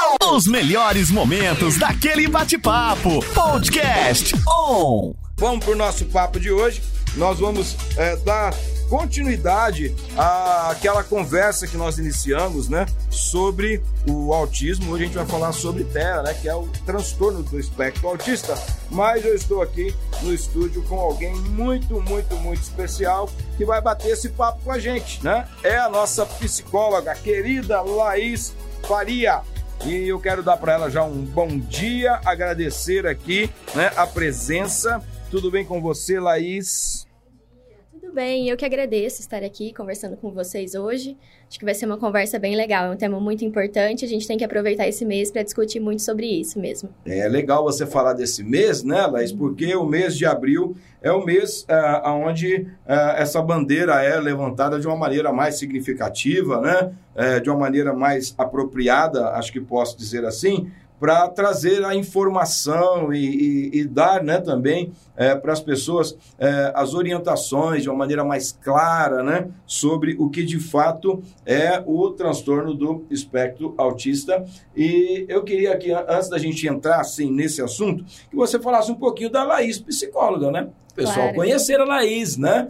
Os melhores momentos daquele bate-papo. Podcast On. Vamos para o nosso papo de hoje. Nós vamos dar continuidade àquela conversa que nós iniciamos, né, sobre o autismo. Hoje a gente vai falar sobre TEA, né, que é o transtorno do espectro autista. Mas eu estou aqui no estúdio com alguém muito especial que vai bater esse papo com a gente, né? É a nossa psicóloga, querida Laís Faria. E eu quero dar para ela já um bom dia, agradecer aqui, né, a presença. Tudo bem com você, Laís? Tudo bem, eu que agradeço estar aqui conversando com vocês hoje. Acho que vai ser uma conversa bem legal, é um tema muito importante, a gente tem que aproveitar esse mês para discutir muito sobre isso mesmo. É legal você falar desse mês, né, Laís? Porque o mês de abril é o mês onde essa bandeira é levantada de uma maneira mais significativa, né? De uma maneira mais apropriada, acho que posso dizer assim, para trazer a informação e dar, né, também para as pessoas as orientações de uma maneira mais clara, né, sobre o que de fato é o transtorno do espectro autista. E eu queria que, antes da gente entrar assim, nesse assunto, que você falasse um pouquinho da Laís, psicóloga, né? Pessoal, conhecer a Laís, né?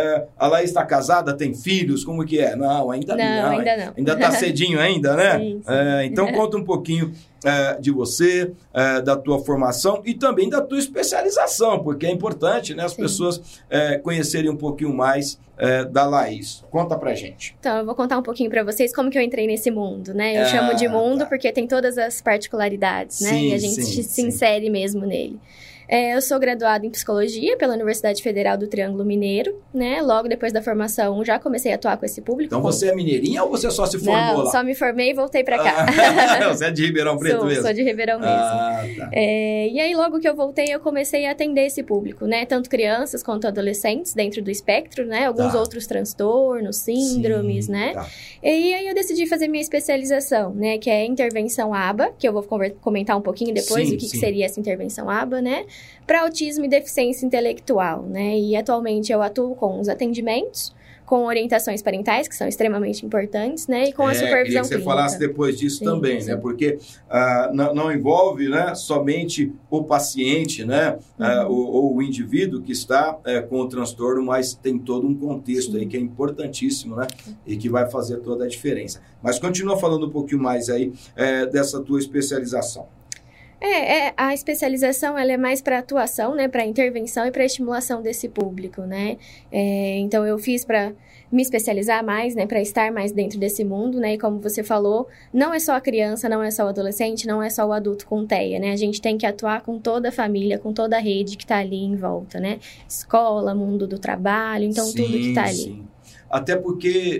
A Laís está casada, tem filhos, como que é? Não, ainda não. Ainda está cedinho ainda, né? Sim. Então, conta um pouquinho de você, da tua formação e também da tua especialização, porque é importante, né, as pessoas conhecerem um pouquinho mais da Laís. Conta pra gente. Então, eu vou contar um pouquinho pra vocês como que eu entrei nesse mundo, né? Eu chamo de mundo porque tem todas as particularidades, né? E a gente se insere mesmo nele. Eu sou graduada em Psicologia pela Universidade Federal do Triângulo Mineiro, né? Logo depois da formação, já comecei a atuar com esse público. Então, você é mineirinha ou você só se formou lá? Não, só me formei e voltei pra cá. Você é de Ribeirão Preto mesmo? Sou de Ribeirão mesmo. Tá. E aí, logo que eu voltei, eu comecei a atender esse público, né? Tanto crianças quanto adolescentes dentro do espectro, né? Alguns outros transtornos, síndromes, né? Tá. E aí, eu decidi fazer minha especialização, né? Que é intervenção ABA, que eu vou comentar um pouquinho depois o que seria essa intervenção ABA, né? Para autismo e deficiência intelectual, né? E atualmente eu atuo com os atendimentos, com orientações parentais, que são extremamente importantes, né? E com a supervisão clínica. Você falasse depois disso também, né? Porque não envolve, né, somente o paciente, né? Ou o indivíduo que está com o transtorno, mas tem todo um contexto aí que é importantíssimo, né? E que vai fazer toda a diferença. Mas continua falando um pouquinho mais aí dessa tua especialização. A especialização ela é mais para atuação, né, para intervenção e para estimulação desse público, né? Então, eu fiz para me especializar mais, né, para estar mais dentro desse mundo, né? E como você falou, não é só a criança, não é só o adolescente, não é só o adulto com TEA, né? A gente tem que atuar com toda a família, com toda a rede que está ali em volta, né? Escola, mundo do trabalho, então tudo que está ali. Sim. Até porque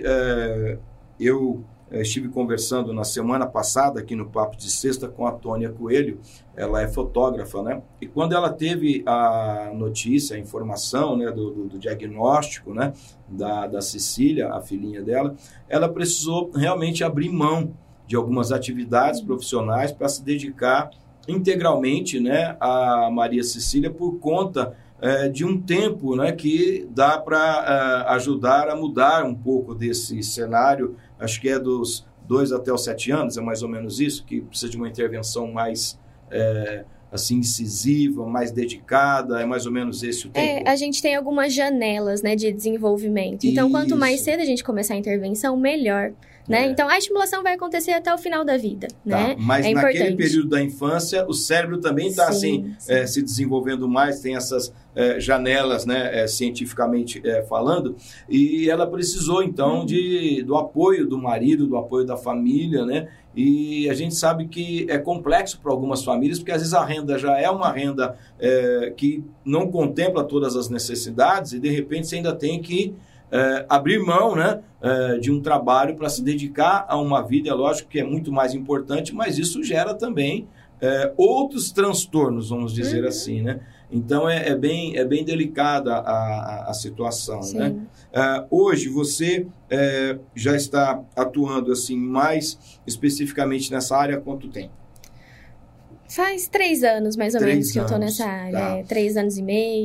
eu estive conversando na semana passada aqui no Papo de Sexta com a Tônia Coelho, ela é fotógrafa, né? E quando ela teve a notícia, a informação, né, do diagnóstico, né, da Cecília, a filhinha dela, ela precisou realmente abrir mão de algumas atividades profissionais para se dedicar integralmente, né, a Maria Cecília por conta de um tempo, né, que dá para ajudar a mudar um pouco desse cenário. Acho que é dos 2 até os 7 anos, é mais ou menos isso, que precisa de uma intervenção mais assim, incisiva, mais dedicada, é mais ou menos esse o tempo? A gente tem algumas janelas, né, de desenvolvimento. Então, quanto mais cedo a gente começar a intervenção, melhor. Né? Então, a estimulação vai acontecer até o final da vida, né? Mas naquele período da infância, o cérebro também está assim, se desenvolvendo mais, tem essas janelas, né, cientificamente falando, e ela precisou, então, do apoio do marido, do apoio da família, né? E a gente sabe que é complexo para algumas famílias, porque às vezes a renda já é uma renda que não contempla todas as necessidades, e de repente você ainda tem que abrir mão, né, de um trabalho para se dedicar a uma vida. É lógico que é muito mais importante, mas isso gera também outros transtornos, vamos dizer assim, né? Então, é bem delicada a situação, né? Hoje, você já está atuando assim, mais especificamente nessa área há quanto tempo? Faz 3 anos, mais ou menos, que eu estou nessa área. Tá. 3 anos e meio.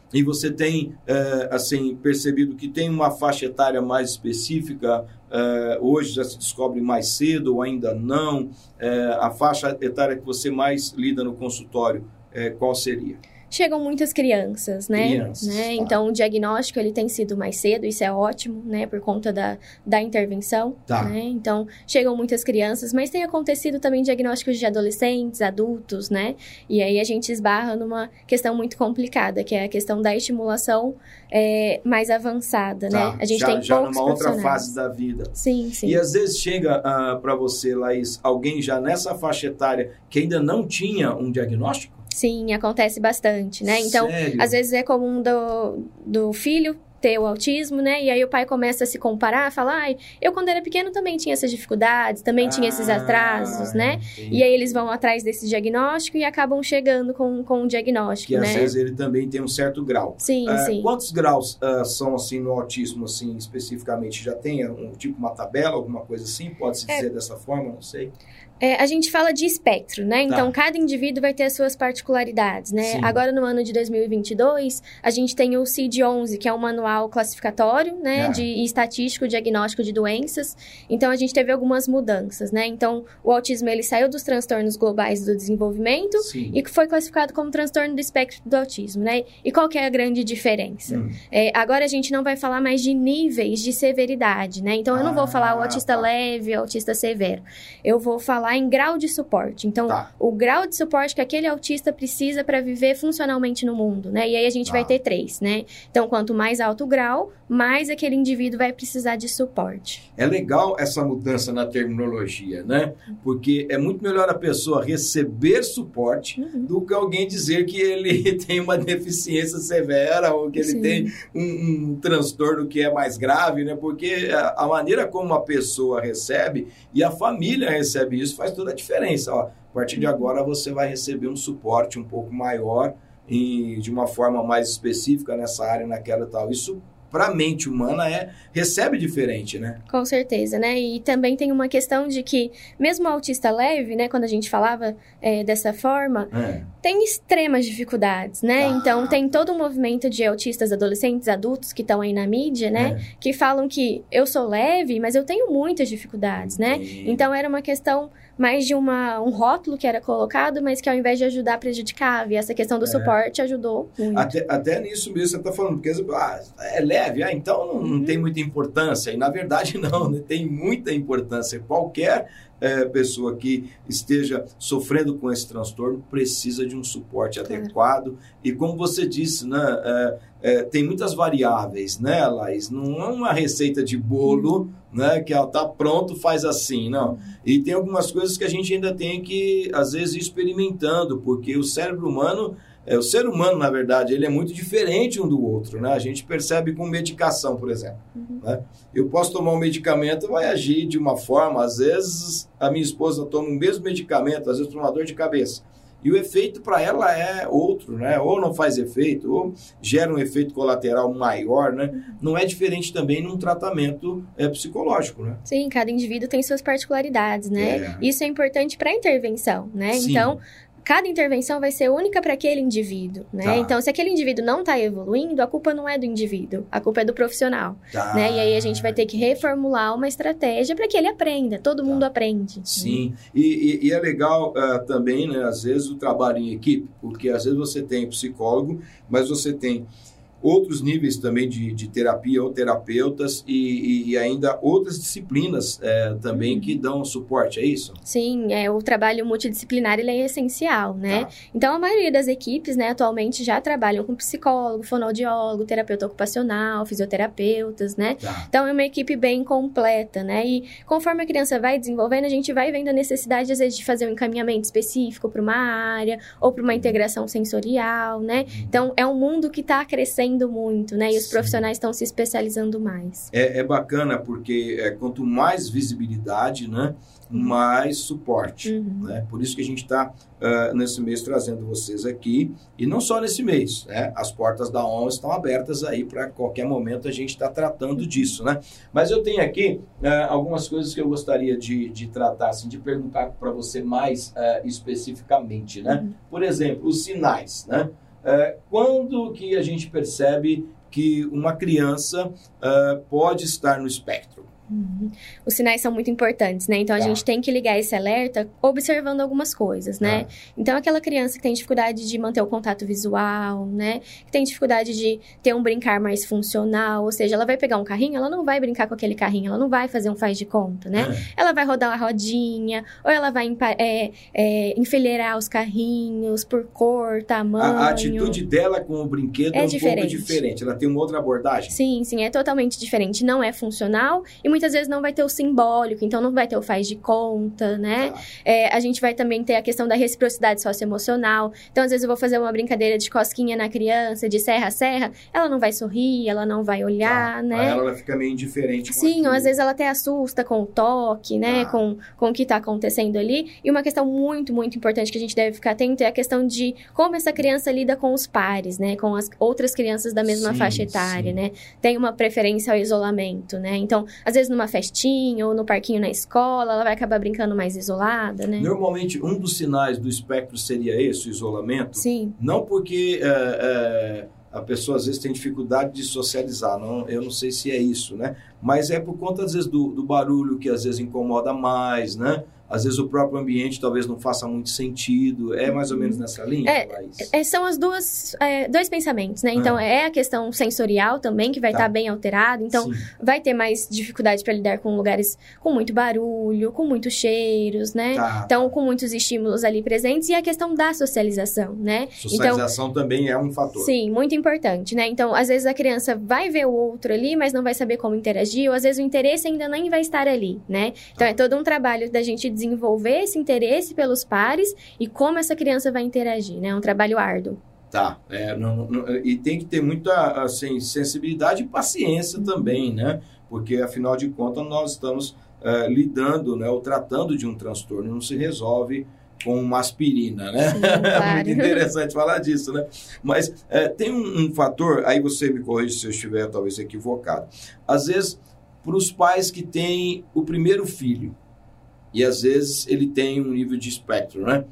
E você tem, assim, percebido que tem uma faixa etária mais específica, hoje já se descobre mais cedo ou ainda não? A faixa etária que você mais lida no consultório, qual seria? Chegam muitas crianças, né? Tá. Então, o diagnóstico ele tem sido mais cedo, isso é ótimo, né? Por conta da intervenção, Tá. né? Então, chegam muitas crianças, mas tem acontecido também diagnósticos de adolescentes, adultos, né? E aí a gente esbarra numa questão muito complicada, que é a questão da estimulação mais avançada, Tá. né? A gente já, tem já poucos numa outra profissionais. fase da vida. Sim, sim. E às vezes chega para você, Laís, alguém já nessa faixa etária que ainda não tinha um diagnóstico? Sim, acontece bastante, né? Então, Sério? às vezes é comum do filho ter o autismo, né? E aí o pai começa a se comparar, falar, eu quando era pequeno também tinha essas dificuldades, também tinha esses atrasos, né? Entendi. E aí eles vão atrás desse diagnóstico e acabam chegando com um diagnóstico, Que né? às vezes ele também tem um certo grau. Sim, sim. Quantos graus são assim no autismo, assim, especificamente? Já tem uma tabela, alguma coisa assim? Pode-se dizer dessa forma? Não sei. A gente fala de espectro, né? Então, Tá. cada indivíduo vai ter as suas particularidades, né? Sim. Agora, no ano de 2022, a gente tem o CID-11, que é um manual classificatório, né? E estatístico, diagnóstico de doenças. Então, a gente teve algumas mudanças, né? Então, o autismo, ele saiu dos transtornos globais do desenvolvimento Sim. e que foi classificado como transtorno do espectro do autismo, né? E qual que é a grande diferença? Agora, a gente não vai falar mais de níveis de severidade, né? Então, eu não vou falar o autista leve, o autista severo. Eu vou falar em grau de suporte. Então, o grau de suporte que aquele autista precisa para viver funcionalmente no mundo, né? E aí a gente vai ter 3, né? Então, quanto mais alto o grau, mais aquele indivíduo vai precisar de suporte. É legal essa mudança na terminologia, né? Porque é muito melhor a pessoa receber suporte do que alguém dizer que ele tem uma deficiência severa ou que ele tem um transtorno que é mais grave, né? Porque a maneira como a pessoa recebe e a família recebe isso faz toda a diferença. Ó, a partir de agora você vai receber um suporte um pouco maior e de uma forma mais específica nessa área, naquela e tal. Isso, para a mente humana, recebe diferente, né? Com certeza, né? E também tem uma questão de que, mesmo o autista leve, né? Quando a gente falava dessa forma, tem extremas dificuldades, né? Então, tem todo um movimento de autistas adolescentes, adultos que estão aí na mídia, né? Que falam que eu sou leve, mas eu tenho muitas dificuldades, né? Então, era uma questão mais de um rótulo que era colocado, mas que ao invés de ajudar, prejudicava. E essa questão do suporte ajudou muito. Até nisso mesmo você está falando, porque é leve, então não tem muita importância. E na verdade não, né? Tem muita importância. Qualquer pessoa que esteja sofrendo com esse transtorno precisa de um suporte adequado. E como você disse, né, tem muitas variáveis, né, Laís? Não é uma receita de bolo, né, que tá pronto, faz assim, não. E tem algumas coisas que a gente ainda tem que, às vezes, ir experimentando, porque o cérebro humano, o ser humano, na verdade, ele é muito diferente um do outro, né? A gente percebe com medicação, por exemplo. Né? Eu posso tomar um medicamento, vai agir de uma forma, às vezes a minha esposa toma o mesmo medicamento, às vezes para uma dor de cabeça. E o efeito para ela é outro, né? Ou não faz efeito, ou gera um efeito colateral maior, né? Não é diferente também num tratamento psicológico, né? Sim, cada indivíduo tem suas particularidades, né? Isso é importante para a intervenção, né? Sim. Então, cada intervenção vai ser única para aquele indivíduo, né? Então, se aquele indivíduo não está evoluindo, a culpa não é do indivíduo, a culpa é do profissional, né? E aí a gente vai ter que reformular uma estratégia para que ele aprenda, todo mundo aprende. Sim, e é legal também, né, às vezes, o trabalho em equipe, porque às vezes você tem psicólogo, mas você tem outros níveis também de terapia ou terapeutas e ainda outras disciplinas também que dão suporte, é isso? Sim, o trabalho multidisciplinar ele é essencial, né? Então, a maioria das equipes, né, atualmente já trabalham com psicólogo, fonoaudiólogo, terapeuta ocupacional, fisioterapeutas, né? Então, é uma equipe bem completa, né? E conforme a criança vai desenvolvendo, a gente vai vendo a necessidade, às vezes, de fazer um encaminhamento específico para uma área ou para uma integração sensorial, né? Então, é um mundo que está crescendo muito, né? E os profissionais estão se especializando mais. É bacana porque quanto mais visibilidade, né? Mais suporte, né? Por isso que a gente está nesse mês trazendo vocês aqui, e não só nesse mês, né? As portas da ON estão abertas aí para qualquer momento a gente está tratando disso, né? Mas eu tenho aqui algumas coisas que eu gostaria de tratar, assim, de perguntar para você mais especificamente, né? Por exemplo, os sinais, né? quando que a gente percebe que uma criança pode estar no espectro? Os sinais são muito importantes, né? Então, a gente tem que ligar esse alerta observando algumas coisas, né? Então, aquela criança que tem dificuldade de manter o contato visual, né? Que tem dificuldade de ter um brincar mais funcional, ou seja, ela vai pegar um carrinho, ela não vai brincar com aquele carrinho, ela não vai fazer um faz de conta, né? Ela vai rodar uma rodinha, ou ela vai enfileirar os carrinhos por cor, tamanho. A atitude dela com o brinquedo é um pouco diferente. Ela tem uma outra abordagem? Sim, é totalmente diferente. Não é funcional e muitas vezes não vai ter o simbólico, então não vai ter o faz de conta, né? A gente vai também ter a questão da reciprocidade socioemocional. Então, às vezes eu vou fazer uma brincadeira de cosquinha na criança, de serra a serra, ela não vai sorrir, ela não vai olhar, né? Ela fica meio indiferente com Sim, ou às vezes ela até assusta com o toque, né? Com o que está acontecendo ali. E uma questão muito, muito importante que a gente deve ficar atento é a questão de como essa criança lida com os pares, né? Com as outras crianças da mesma faixa etária, né? Tem uma preferência ao isolamento, né? Então, às vezes numa festinha ou no parquinho na escola, ela vai acabar brincando mais isolada, né? Normalmente, um dos sinais do espectro seria esse, o isolamento? Sim. Não porque a pessoa, às vezes, tem dificuldade de socializar, eu não sei se é isso, né? Mas é por conta, às vezes, do barulho que, às vezes, incomoda mais, né? Às vezes o próprio ambiente talvez não faça muito sentido. É mais ou menos nessa linha, Laís? São as dois pensamentos, né? Então, é a questão sensorial também, que vai estar bem alterada. Então, vai ter mais dificuldade para lidar com lugares com muito barulho, com muitos cheiros, né? Então, com muitos estímulos ali presentes. E a questão da socialização, né? Socialização também é um fator. Sim, muito importante, né? Então, às vezes a criança vai ver o outro ali, mas não vai saber como interagir. Ou às vezes o interesse ainda nem vai estar ali, né? Então, é todo um trabalho da gente desenvolver esse interesse pelos pares e como essa criança vai interagir, né? É um trabalho árduo. E tem que ter muita assim, sensibilidade e paciência também, né? Porque, afinal de contas, nós estamos lidando, né, ou tratando de um transtorno, não se resolve com uma aspirina, né? Sim, claro. É muito interessante falar disso, né? Mas tem um fator, aí você me corrige se eu estiver talvez equivocado. Às vezes, para os pais que têm o primeiro filho, e às vezes ele tem um nível de espectro, né?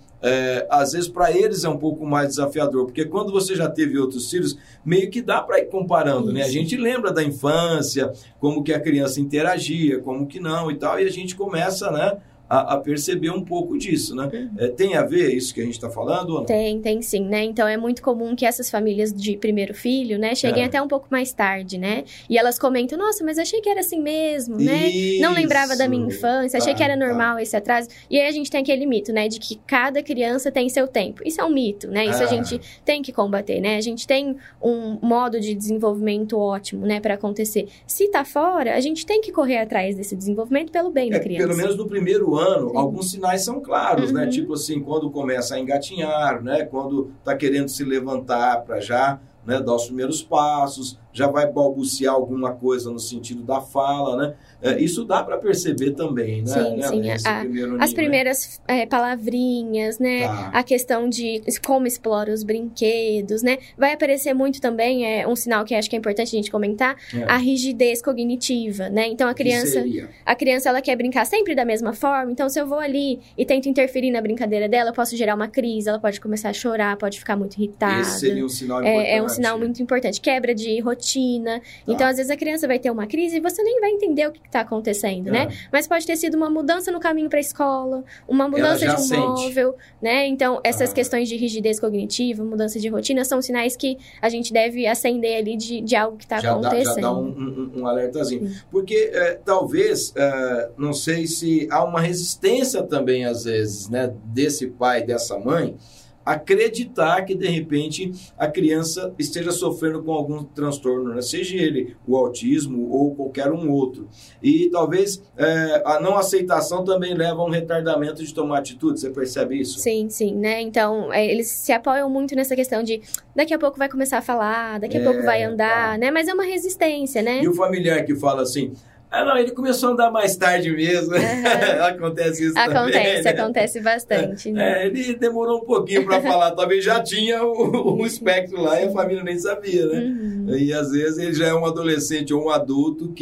Às vezes para eles é um pouco mais desafiador, porque quando você já teve outros filhos, meio que dá para ir comparando, né? A gente lembra da infância, como que a criança interagia, como que não e tal, e a gente começa, né, a perceber um pouco disso, né? Tem a ver isso que a gente está falando? Ou não? Tem sim, né? Então, é muito comum que essas famílias de primeiro filho, né, cheguem até um pouco mais tarde, né? E elas comentam, nossa, mas achei que era assim mesmo, né? Isso. Não lembrava da minha infância, achei que era normal esse atraso. E aí a gente tem aquele mito, né, de que cada criança tem seu tempo. Isso é um mito, né? Isso a gente tem que combater, né? A gente tem um modo de desenvolvimento ótimo, né, para acontecer. Se tá fora, a gente tem que correr atrás desse desenvolvimento pelo bem da criança. Pelo menos no primeiro ano, alguns sinais são claros, né? Tipo assim, quando começa a engatinhar, né? Quando tá querendo se levantar para já, né, dar os primeiros passos, já vai balbuciar alguma coisa no sentido da fala, né? Isso dá para perceber também, né? Sim. As primeiras palavrinhas, né? A questão de como explora os brinquedos, né? Vai aparecer muito também, um sinal que acho que é importante a gente comentar, a rigidez cognitiva, né? Então, a criança, ela quer brincar sempre da mesma forma. Então, se eu vou ali e tento interferir na brincadeira dela, eu posso gerar uma crise, ela pode começar a chorar, pode ficar muito irritada. Esse seria um sinal importante. É um sinal muito importante. Quebra de rotina. Então, às vezes, a criança vai ter uma crise e você nem vai entender o que está acontecendo, né? Mas pode ter sido uma mudança no caminho para a escola, uma mudança de um móvel, né? Então, essas questões de rigidez cognitiva, mudança de rotina, são sinais que a gente deve acender ali de algo que está acontecendo. Já dá um alertazinho. Porque, talvez, não sei se há uma resistência também, às vezes, né? Desse pai, dessa mãe, acreditar que, de repente, a criança esteja sofrendo com algum transtorno, né? Seja ele o autismo ou qualquer um outro. E talvez a não aceitação também leva a um retardamento de tomar atitude. Você percebe isso? Sim, né? Então, eles se apoiam muito nessa questão de daqui a pouco vai começar a falar, daqui a pouco vai andar, né? Mas é uma resistência, né? E o familiar que fala assim... não, ele começou a andar mais tarde mesmo. Acontece isso também. Acontece bastante. Né? Ele demorou um pouquinho para falar. Talvez já tinha o espectro lá e a família nem sabia, né? E às vezes ele já é um adolescente ou um adulto que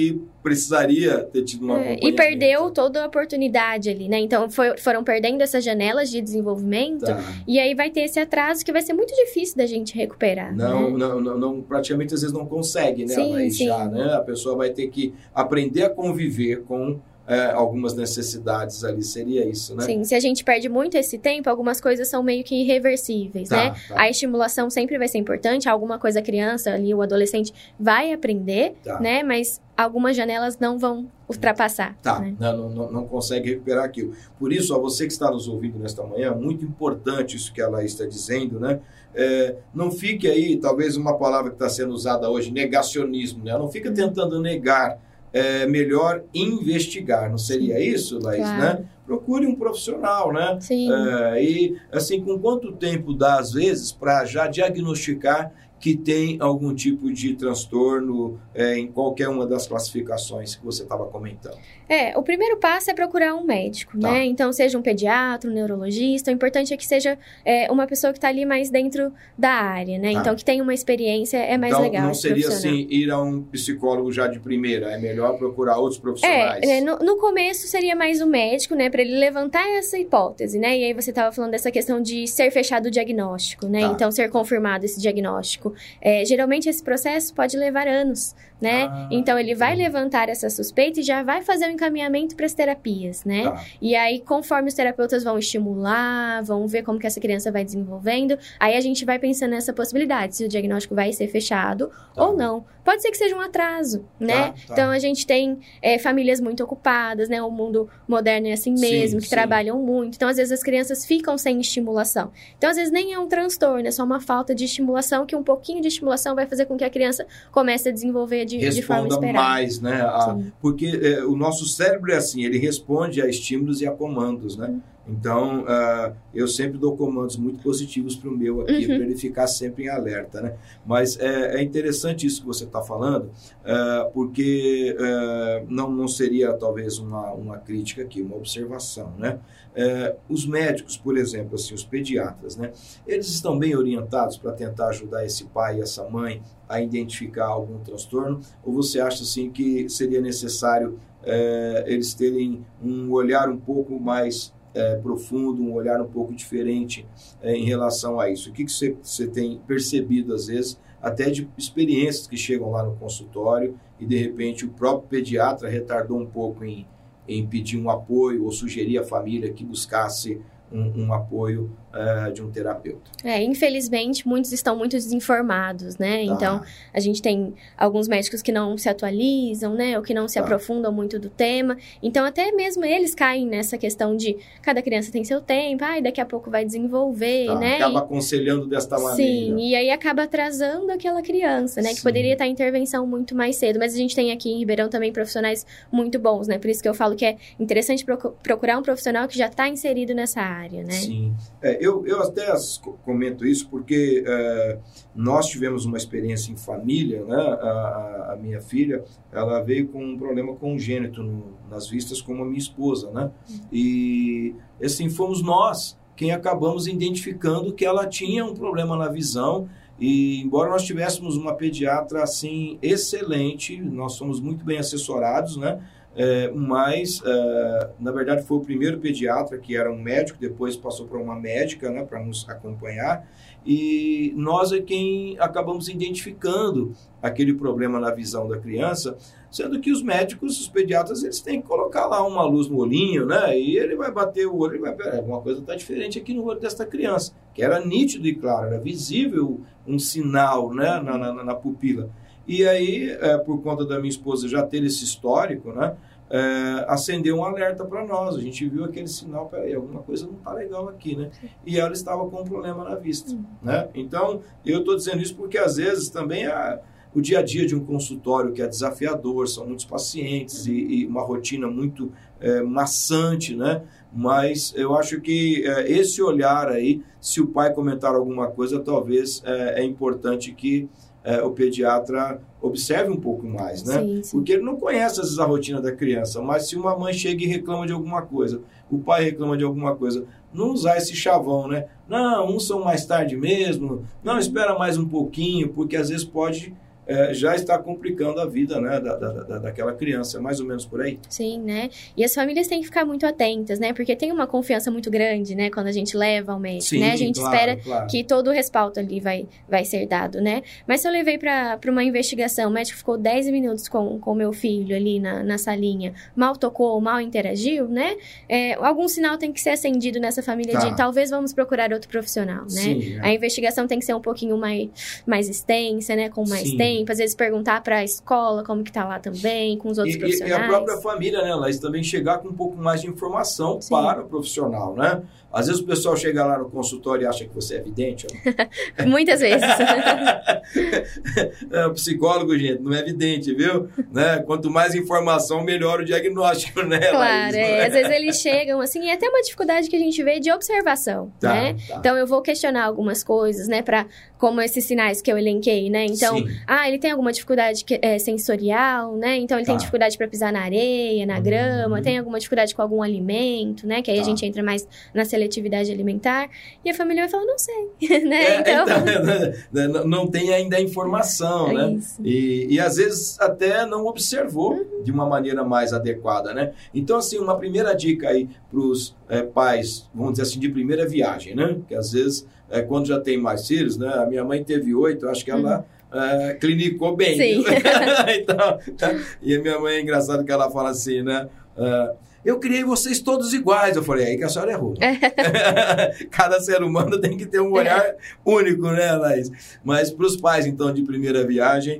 precisaria ter tido uma acompanhamento. E perdeu toda a oportunidade ali, né? Então, foram perdendo essas janelas de desenvolvimento, e aí vai ter esse atraso que vai ser muito difícil da gente recuperar. Não, praticamente às vezes não consegue, né? Sim. Né? A pessoa vai ter que aprender a conviver com algumas necessidades ali, seria isso, né? Sim, se a gente perde muito esse tempo, algumas coisas são meio que irreversíveis, né? A estimulação sempre vai ser importante, alguma coisa a criança ali, o adolescente vai aprender, né? Mas algumas janelas não vão ultrapassar. Né? Não consegue recuperar aquilo. Por isso, a você que está nos ouvindo nesta manhã, muito importante isso que ela está dizendo, né? Não fique aí, talvez uma palavra que está sendo usada hoje, negacionismo, né? Não fica tentando negar. Melhor investigar, não seria isso, Laís, né? Procure um profissional, né? Sim. E, assim, com quanto tempo dá, às vezes, para já diagnosticar que tem algum tipo de transtorno em qualquer uma das classificações que você estava comentando? O primeiro passo é procurar um médico, né? Então, seja um pediatra, um neurologista, o importante é que seja uma pessoa que está ali mais dentro da área, né? Então, que tem uma experiência, é mais legal. Então, não seria assim, ir a um psicólogo já de primeira, é melhor procurar outros profissionais? No começo seria mais o médico, né? Para ele levantar essa hipótese, né? E aí você estava falando dessa questão de ser fechado o diagnóstico, né? Então, ser confirmado esse diagnóstico. Geralmente esse processo pode levar anos, né? Então ele vai levantar essa suspeita e já vai fazer o encaminhamento para as terapias, né? E aí, conforme os terapeutas vão estimular, vão ver como que essa criança vai desenvolvendo, aí a gente vai pensando nessa possibilidade, se o diagnóstico vai ser fechado ou não. Pode ser que seja um atraso, né? Então a gente tem famílias muito ocupadas, né? O mundo moderno é assim mesmo, que trabalham muito. Então, às vezes, as crianças ficam sem estimulação. Então, às vezes, nem é um transtorno, é só uma falta de estimulação, que um pouquinho de estimulação vai fazer com que a criança comece a desenvolver de forma esperada. Responda mais, né? Porque o nosso cérebro é assim, ele responde a estímulos e a comandos, né? Então, eu sempre dou comandos muito positivos para o meu aqui, para ele ficar sempre em alerta, né? Mas é interessante isso que você está falando, porque não seria talvez uma crítica aqui, uma observação, né? Os médicos, por exemplo, assim, os pediatras, né? Eles estão bem orientados para tentar ajudar esse pai e essa mãe a identificar algum transtorno? Ou você acha assim que seria necessário eles terem um olhar um pouco mais profundo, um olhar um pouco diferente em relação a isso? O que você tem percebido, às vezes, até de experiências que chegam lá no consultório e, de repente, o próprio pediatra retardou um pouco em pedir um apoio ou sugerir à família que buscasse um apoio de um terapeuta? Infelizmente, muitos estão muito desinformados, né? Então, a gente tem alguns médicos que não se atualizam, né? Ou que não se aprofundam muito do tema. Então, até mesmo eles caem nessa questão de cada criança tem seu tempo, daqui a pouco vai desenvolver, né? Acaba aconselhando desta maneira. Sim, e aí acaba atrasando aquela criança, né? Que poderia estar em intervenção muito mais cedo. Mas a gente tem aqui em Ribeirão também profissionais muito bons, né? Por isso que eu falo que é interessante procurar um profissional que já está inserido nessa área, né? Sim. Eu até comento isso porque nós tivemos uma experiência em família, né? A minha filha, ela veio com um problema congênito nas vistas, como a minha esposa, né? E, assim, fomos nós quem acabamos identificando que ela tinha um problema na visão. E, embora nós tivéssemos uma pediatra, assim, excelente, nós fomos muito bem assessorados, né? Mas, na verdade, foi o primeiro pediatra, que era um médico, depois passou para uma médica, né, para nos acompanhar, e nós é quem acabamos identificando aquele problema na visão da criança, sendo que os médicos, os pediatras, eles têm que colocar lá uma luz no olhinho, né, e ele vai bater o olho e vai ver, alguma coisa está diferente aqui no olho desta criança, que era nítido e claro, era visível um sinal, né, na pupila. E aí, por conta da minha esposa já ter esse histórico, né, acendeu um alerta para nós. A gente viu aquele sinal, peraí, alguma coisa não está legal aqui, né? E ela estava com um problema na vista, né? Então, eu estou dizendo isso porque, às vezes, também o dia a dia de um consultório que é desafiador, são muitos pacientes e uma rotina muito maçante, né? Mas eu acho que esse olhar aí, se o pai comentar alguma coisa, talvez é importante que o pediatra observe um pouco mais, né? Sim, sim. Porque ele não conhece, às vezes, a rotina da criança, mas se uma mãe chega e reclama de alguma coisa, o pai reclama de alguma coisa, não usar esse chavão, né? Não, uns são mais tarde mesmo, não, espera mais um pouquinho, porque às vezes pode já está complicando a vida, né, daquela criança, mais ou menos por aí. Sim, né? E as famílias têm que ficar muito atentas, né? Porque tem uma confiança muito grande, né? Quando a gente leva ao médico, Sim, né? A gente espera claro. que todo o respaldo ali vai ser dado, né? Mas se eu levei para uma investigação, o médico ficou 10 minutos com o meu filho ali na salinha, mal tocou, mal interagiu, né? Algum sinal tem que ser acendido nessa família de talvez vamos procurar outro profissional, né? Sim, A investigação tem que ser um pouquinho mais extensa, né? Com mais tempo. Às vezes perguntar para a escola como que tá lá também, com os outros profissionais. E a própria família, né, Laís, também chegar com um pouco mais de informação para o profissional, né? Às vezes o pessoal chega lá no consultório e acha que você é vidente. Muitas vezes. O psicólogo, gente, não é vidente, viu? Né? Quanto mais informação, melhor o diagnóstico, né, Claro, Laís? Às vezes eles chegam, assim, e até uma dificuldade que a gente vê de observação, né? Então, eu vou questionar algumas coisas, né, como esses sinais que eu elenquei, né? Então, ele tem alguma dificuldade sensorial, né? Então, ele tem dificuldade para pisar na areia, na grama, tem alguma dificuldade com algum alimento, né? Que aí a gente entra mais na seletividade alimentar. E a família vai falar, não sei, né? Não tem ainda a informação, né? Isso. E às vezes até não observou de uma maneira mais adequada, né? Então, assim, uma primeira dica aí para os pais, vamos dizer assim, de primeira viagem, né? Que às vezes, quando já tem mais filhos, né? A minha mãe teve 8, acho que ela clinicou bem. Sim. Então, e a minha mãe é engraçado que ela fala assim, né? Eu criei vocês todos iguais. Eu falei, aí que a senhora errou. Cada ser humano tem que ter um olhar único, né, Laís? Mas para os pais, então, de primeira viagem,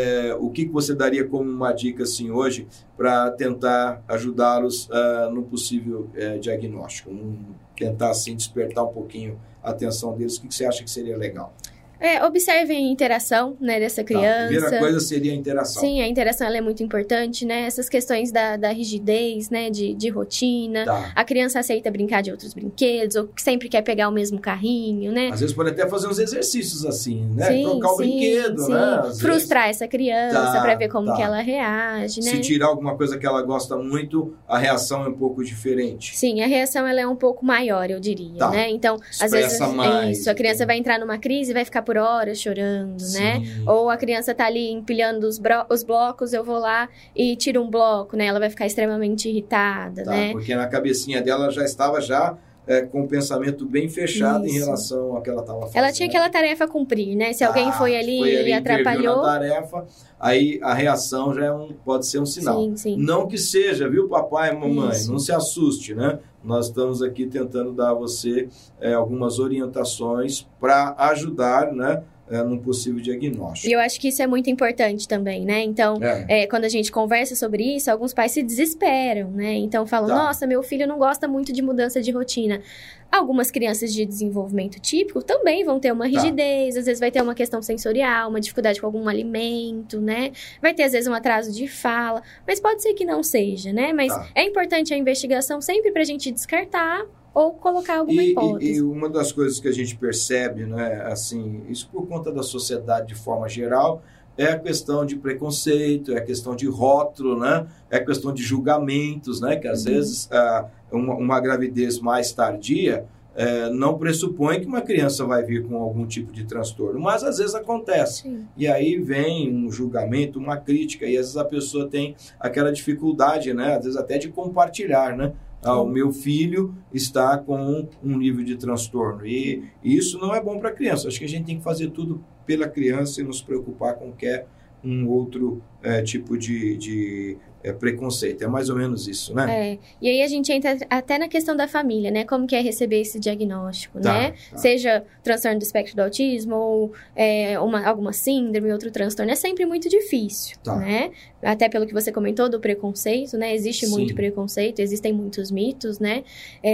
o que você daria como uma dica, assim, hoje, para tentar ajudá-los no possível diagnóstico? Tentar, assim, despertar um pouquinho a atenção deles. O que você acha que seria legal? Observem a interação, né, dessa criança. A primeira coisa seria a interação. Sim, a interação ela é muito importante, né? Essas questões da rigidez, né, de rotina. A criança aceita brincar de outros brinquedos, ou sempre quer pegar o mesmo carrinho, né? Às vezes pode até fazer uns exercícios assim, né? Trocar o brinquedo, né? Frustrar essa criança para ver como que ela reage, né? Se tirar alguma coisa que ela gosta muito, a reação é um pouco diferente. Sim, a reação ela é um pouco maior, eu diria, né? Então, às vezes, a criança vai entrar numa crise e vai ficar por horas chorando, né? Ou a criança tá ali empilhando os blocos, eu vou lá e tiro um bloco, né? Ela vai ficar extremamente irritada, né? Porque na cabecinha dela já estava com o pensamento bem fechado em relação ao que ela estava fazendo. Ela tinha aquela tarefa a cumprir, né? Se alguém foi ali e atrapalhou... na tarefa, aí a reação já pode ser um sinal. Sim. Não que seja, viu, papai e mamãe? Não se assuste, né? Nós estamos aqui tentando dar a você algumas orientações para ajudar, né? Num possível diagnóstico. E eu acho que isso é muito importante também, né? Então, quando a gente conversa sobre isso, alguns pais se desesperam, né? Então, falam, nossa, meu filho não gosta muito de mudança de rotina. Algumas crianças de desenvolvimento típico também vão ter uma rigidez, às vezes vai ter uma questão sensorial, uma dificuldade com algum alimento, né? Vai ter, às vezes, um atraso de fala, mas pode ser que não seja, né? Mas é importante a investigação sempre pra gente descartar ou colocar alguma hipótese. E uma das coisas que a gente percebe, né, assim, isso por conta da sociedade de forma geral, é a questão de preconceito, é a questão de rótulo, né, é a questão de julgamentos, né, que às vezes uma gravidez mais tardia não pressupõe que uma criança vai vir com algum tipo de transtorno, mas às vezes acontece. E aí vem um julgamento, uma crítica, e às vezes a pessoa tem aquela dificuldade, né, às vezes até de compartilhar, né, o meu filho está com um nível de transtorno. E isso não é bom para a criança. Acho que a gente tem que fazer tudo pela criança e nos preocupar com qualquer um outro tipo de preconceito. É mais ou menos isso, né? E aí a gente entra até na questão da família, né? Como que é receber esse diagnóstico, né? Seja transtorno do espectro do autismo ou alguma síndrome, outro transtorno. É sempre muito difícil, né? Até pelo que você comentou do preconceito, né? Existe muito preconceito, existem muitos mitos, né?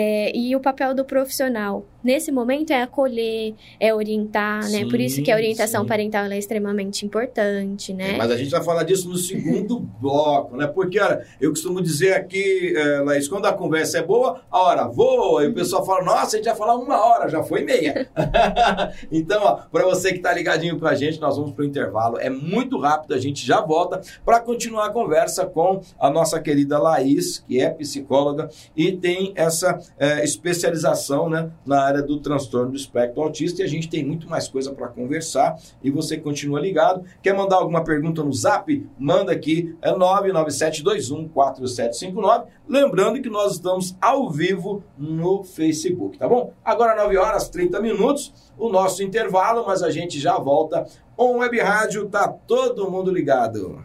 E o papel do profissional, nesse momento, é acolher, é orientar, né? Por isso que a orientação parental é extremamente importante, né? Mas a gente vai falar disso no segundo bloco, né? porque, olha, eu costumo dizer aqui, Laís, quando a conversa é boa, a hora voa, e o pessoal fala, nossa, a gente vai falar 1 hora, já foi meia. Então, ó, para você que tá ligadinho com a gente, nós vamos pro intervalo, é muito rápido, a gente já volta para continuar a conversa com a nossa querida Laís, que é psicóloga e tem essa especialização, né, na área do transtorno do espectro autista, e a gente tem muito mais coisa para conversar, e você continua ligado. Quer mandar alguma pergunta no Zap? Manda aqui, é 997214759, lembrando que nós estamos ao vivo no Facebook, tá bom? Agora 9h30, o nosso intervalo, mas a gente já volta. On Web Rádio, tá todo mundo ligado.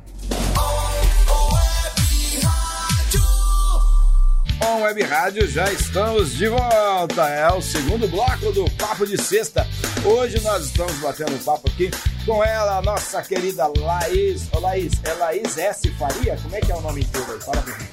On Web Rádio, já estamos de volta. É o segundo bloco do Papo de Sexta. Hoje nós estamos batendo um papo aqui com ela, a nossa querida Laís. Ô Laís, é Laís S. Faria? Como é que é o nome inteiro aí? Fala pra mim.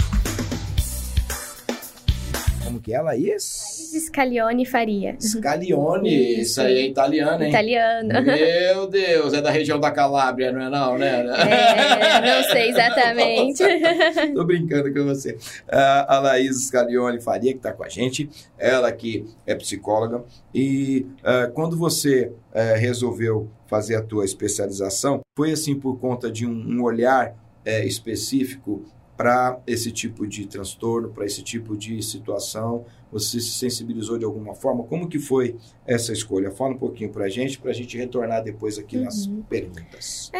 Como que é, Laís? Scalione Faria. Scalione, isso aí é italiano, hein? Italiano. Meu Deus, é da região da Calábria, não é não, né? Não sei exatamente. Tô brincando com você. A Laís Scalione Faria, que está com a gente, ela que é psicóloga, e quando você resolveu fazer a tua especialização, foi assim por conta de um olhar específico para esse tipo de transtorno, para esse tipo de situação? Você se sensibilizou de alguma forma? Como que foi essa escolha? Fala um pouquinho para a gente retornar depois aqui nas perguntas.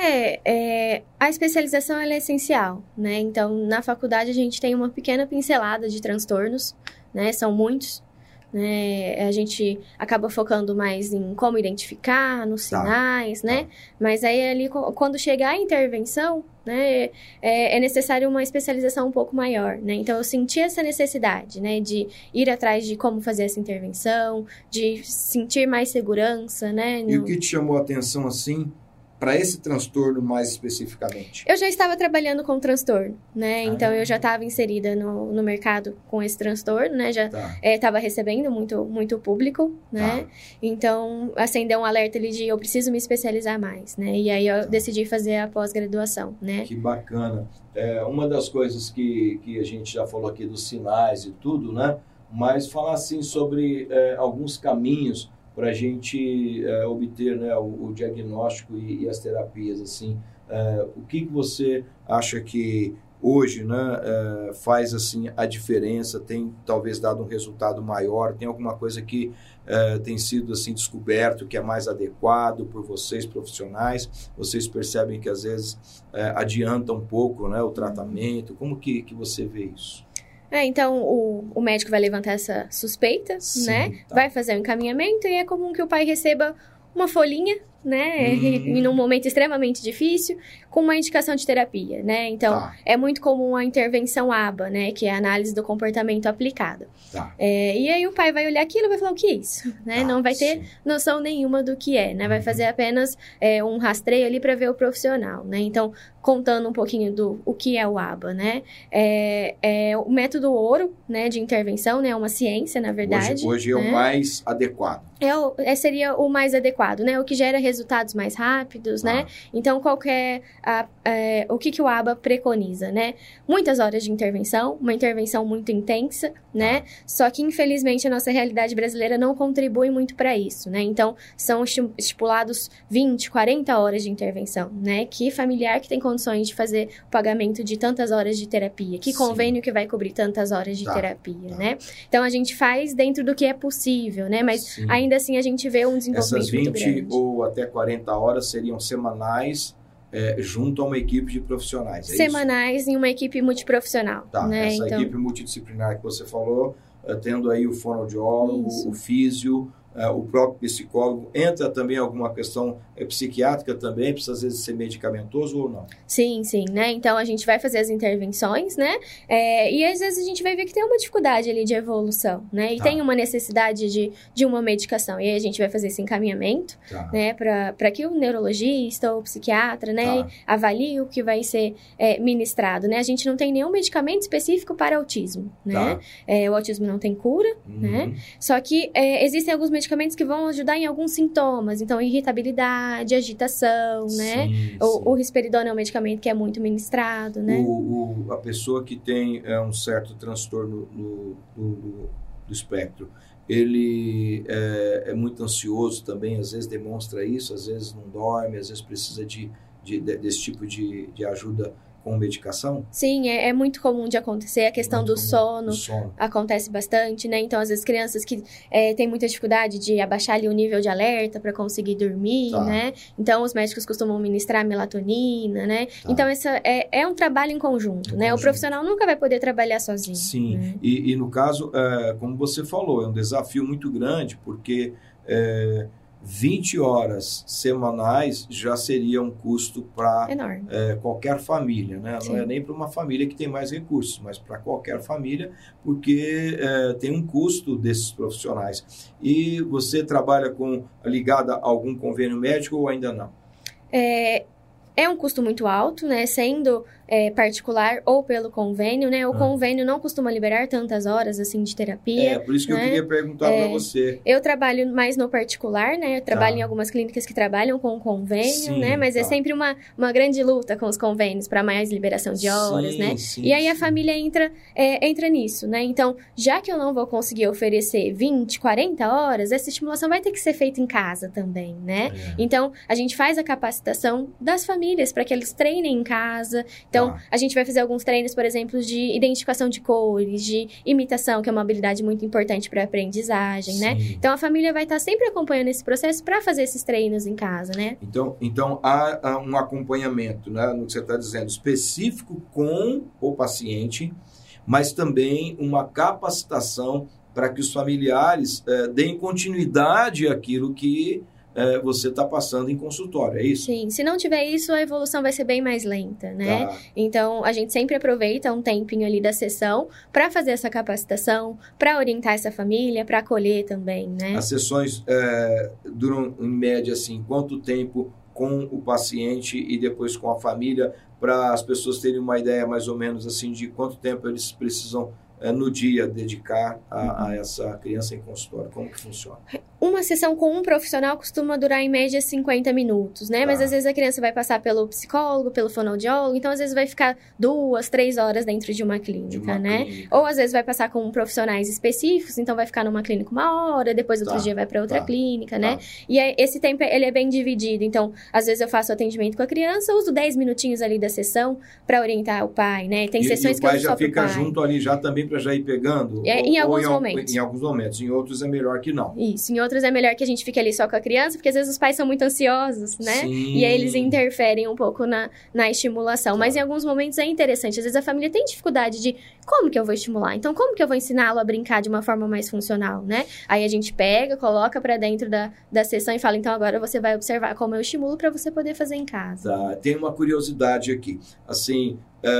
A especialização ela é essencial, né? Então, na faculdade a gente tem uma pequena pincelada de transtornos, né? São muitos. Né? A gente acaba focando mais em como identificar, nos sinais, né? Mas aí ali, quando chegar a intervenção, né, é necessário uma especialização um pouco maior, né? Então, eu senti essa necessidade, né, de ir atrás de como fazer essa intervenção, de sentir mais segurança, né? E o que te chamou a atenção, assim, para esse transtorno mais especificamente? Eu já estava trabalhando com transtorno, né? Então, eu já estava inserida no mercado com esse transtorno, né? Já estava recebendo muito público, né? Então, acendeu um alerta ali de eu preciso me especializar mais, né? E aí, eu decidi fazer a pós-graduação, né? Que bacana. Uma das coisas que a gente já falou aqui dos sinais e tudo, né? Mas falar, assim, sobre alguns caminhos para a gente obter, né, o diagnóstico e as terapias, assim. O que você acha que hoje, né, faz assim, a diferença, tem talvez dado um resultado maior, tem alguma coisa que tem sido assim, descoberto, que é mais adequado por vocês profissionais? Vocês percebem que às vezes adianta um pouco, né, o tratamento? Como que você vê isso? Então, o médico vai levantar essa suspeita, né? Vai fazer o encaminhamento e é comum que o pai receba uma folhinha, né? Em um momento extremamente difícil, com uma indicação de terapia, né? Então, é muito comum a intervenção ABA, né? Que é a análise do comportamento aplicada. E aí o pai vai olhar aquilo e vai falar, o que é isso? Né? Não vai ter noção nenhuma do que é, né? Vai fazer apenas um rastreio ali para ver o profissional, né? Então, contando um pouquinho o que é o ABA, né? O método ouro, né, de intervenção, né? É uma ciência, na verdade. Hoje é o mais adequado. Seria o mais adequado, né? O que gera resultados mais rápidos, né? Então, qual que é o que o ABA preconiza, né? Muitas horas de intervenção, uma intervenção muito intensa, né? Só que, infelizmente, a nossa realidade brasileira não contribui muito para isso, né? Então, são estipulados 20, 40 horas de intervenção, né? Que familiar que tem condições de fazer o pagamento de tantas horas de terapia? Que convênio que vai cobrir tantas horas de terapia, né? Então, a gente faz dentro do que é possível, né? Mas, ainda assim, a gente vê um desenvolvimento muito grande. Essas 20 ou até 40 horas seriam semanais junto a uma equipe de profissionais, semanais isso? Em uma equipe multiprofissional. Né? Essa equipe multidisciplinar que você falou, tendo aí o fonoaudiólogo, o físio, o próprio psicólogo, entra também alguma questão psiquiátrica também, precisa às vezes ser medicamentoso ou não? Sim, né? Então a gente vai fazer as intervenções, né? E às vezes a gente vai ver que tem uma dificuldade ali de evolução, né? E tem uma necessidade de uma medicação. E aí a gente vai fazer esse encaminhamento, né? Para que o neurologista ou o psiquiatra, né? Avalie o que vai ser ministrado, né? A gente não tem nenhum medicamento específico para autismo, né? O autismo não tem cura, né? Só que existem alguns medicamentos medicamentos que vão ajudar em alguns sintomas. Então, irritabilidade, agitação, né? Sim, O risperidona é um medicamento que é muito ministrado, né? A pessoa que tem um certo transtorno do espectro, ele é muito ansioso também, às vezes demonstra isso, às vezes não dorme, às vezes precisa desse tipo de ajuda com medicação? Sim, é muito comum de acontecer. A questão do sono acontece bastante, né? Então, às vezes, crianças que têm muita dificuldade de abaixar ali o nível de alerta para conseguir dormir, né? Então, os médicos costumam ministrar melatonina, né? Então, essa é um trabalho em conjunto, né? O profissional nunca vai poder trabalhar sozinho. Sim, né? E no caso, como você falou, é um desafio muito grande, porque 20 horas semanais já seria um custo para qualquer família, né? Não é nem para uma família que tem mais recursos, mas para qualquer família, porque tem um custo desses profissionais. E você trabalha ligada a algum convênio médico ou ainda não? É um custo muito alto, né? Sendo particular ou pelo convênio, né? O convênio não costuma liberar tantas horas, assim, de terapia. Por isso que eu queria perguntar para você. Eu trabalho mais no particular, né? Eu trabalho em algumas clínicas que trabalham com convênio, né? Mas é sempre uma grande luta com os convênios para mais liberação de horas, né? E aí a família entra nisso, né? Então, já que eu não vou conseguir oferecer 20, 40 horas, essa estimulação vai ter que ser feita em casa também, né? Então, a gente faz a capacitação das famílias para que eles treinem em casa. Então, a gente vai fazer alguns treinos, por exemplo, de identificação de cores, de imitação, que é uma habilidade muito importante para a aprendizagem, né? Então, a família vai estar sempre acompanhando esse processo para fazer esses treinos em casa, né? Então há um acompanhamento, né, no que você está dizendo, específico com o paciente, mas também uma capacitação para que os familiares deem continuidade àquilo que você está passando em consultório, é isso? Sim, se não tiver isso, a evolução vai ser bem mais lenta, né? Então, a gente sempre aproveita um tempinho ali da sessão para fazer essa capacitação, para orientar essa família, para acolher também, né? As sessões duram, em média, assim, quanto tempo com o paciente e depois com a família, para as pessoas terem uma ideia, mais ou menos, assim, de quanto tempo eles precisam no dia dedicar a essa criança em consultório? Como que funciona? Uma sessão com um profissional costuma durar em média 50 minutos, né? Mas às vezes a criança vai passar pelo psicólogo, pelo fonoaudiólogo, então às vezes vai ficar 2, 3 horas dentro de uma clínica, né? Ou às vezes vai passar com profissionais específicos, então vai ficar numa clínica 1 hora, depois outro dia vai para outra clínica, né? E esse tempo ele é bem dividido, então às vezes eu faço atendimento com a criança, uso 10 minutinhos ali da sessão para orientar o pai, né? Tem sessões que eu uso só pro pai. E o pai já fica junto ali já também para já ir pegando? Em alguns momentos. Em alguns momentos, em outros é melhor que não. Isso, em outros é melhor que a gente fique ali só com a criança, porque às vezes os pais são muito ansiosos, né? E aí eles interferem um pouco na estimulação. Mas em alguns momentos é interessante. Às vezes a família tem dificuldade de como que eu vou estimular? Então, como que eu vou ensiná-lo a brincar de uma forma mais funcional, né? Aí a gente pega, coloca pra dentro da sessão e fala, então agora você vai observar como eu estimulo pra você poder fazer em casa. Tem uma curiosidade aqui. Assim,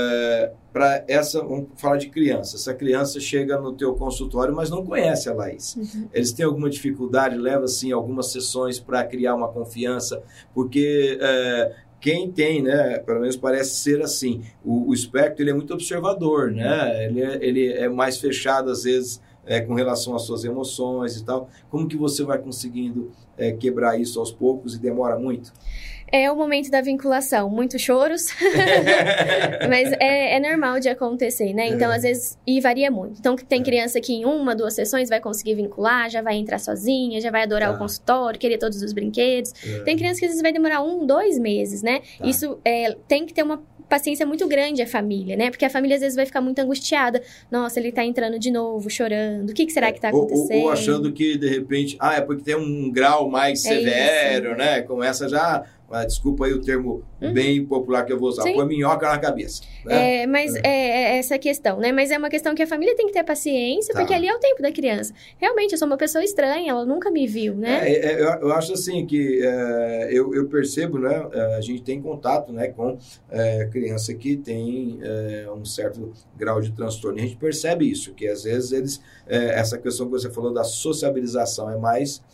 vamos falar de criança. Essa criança chega no teu consultório, mas não conhece a Laís. Eles têm alguma dificuldade, leva assim algumas sessões para criar uma confiança, porque quem tem, né, pelo menos parece ser assim, o espectro ele é muito observador, né? Ele é mais fechado às vezes com relação às suas emoções e tal. Como que você vai conseguindo quebrar isso aos poucos e demora muito? É o momento da vinculação, muitos choros, mas é normal de acontecer, né? Então, às vezes, e varia muito. Então, tem criança que em 1, 2 sessões vai conseguir vincular, já vai entrar sozinha, já vai adorar o consultório, querer todos os brinquedos. Tem criança que às vezes vai demorar 1, 2 meses, né? Isso tem que ter uma paciência muito grande a família, né? Porque a família às vezes vai ficar muito angustiada. Nossa, ele tá entrando de novo, chorando. O que será que tá acontecendo? Ou achando que, de repente, é porque tem um grau mais severo, né? Começa já... Desculpa aí o termo bem popular que eu vou usar. Põe minhoca na cabeça. Né? Mas é essa questão, né? Mas é uma questão que a família tem que ter paciência, porque ali é o tempo da criança. Realmente, eu sou uma pessoa estranha, ela nunca me viu, né? Eu acho assim que eu percebo, né? A gente tem contato, né, com criança que tem um certo grau de transtorno. E a gente percebe isso, que às vezes eles... essa questão que você falou da sociabilização é mais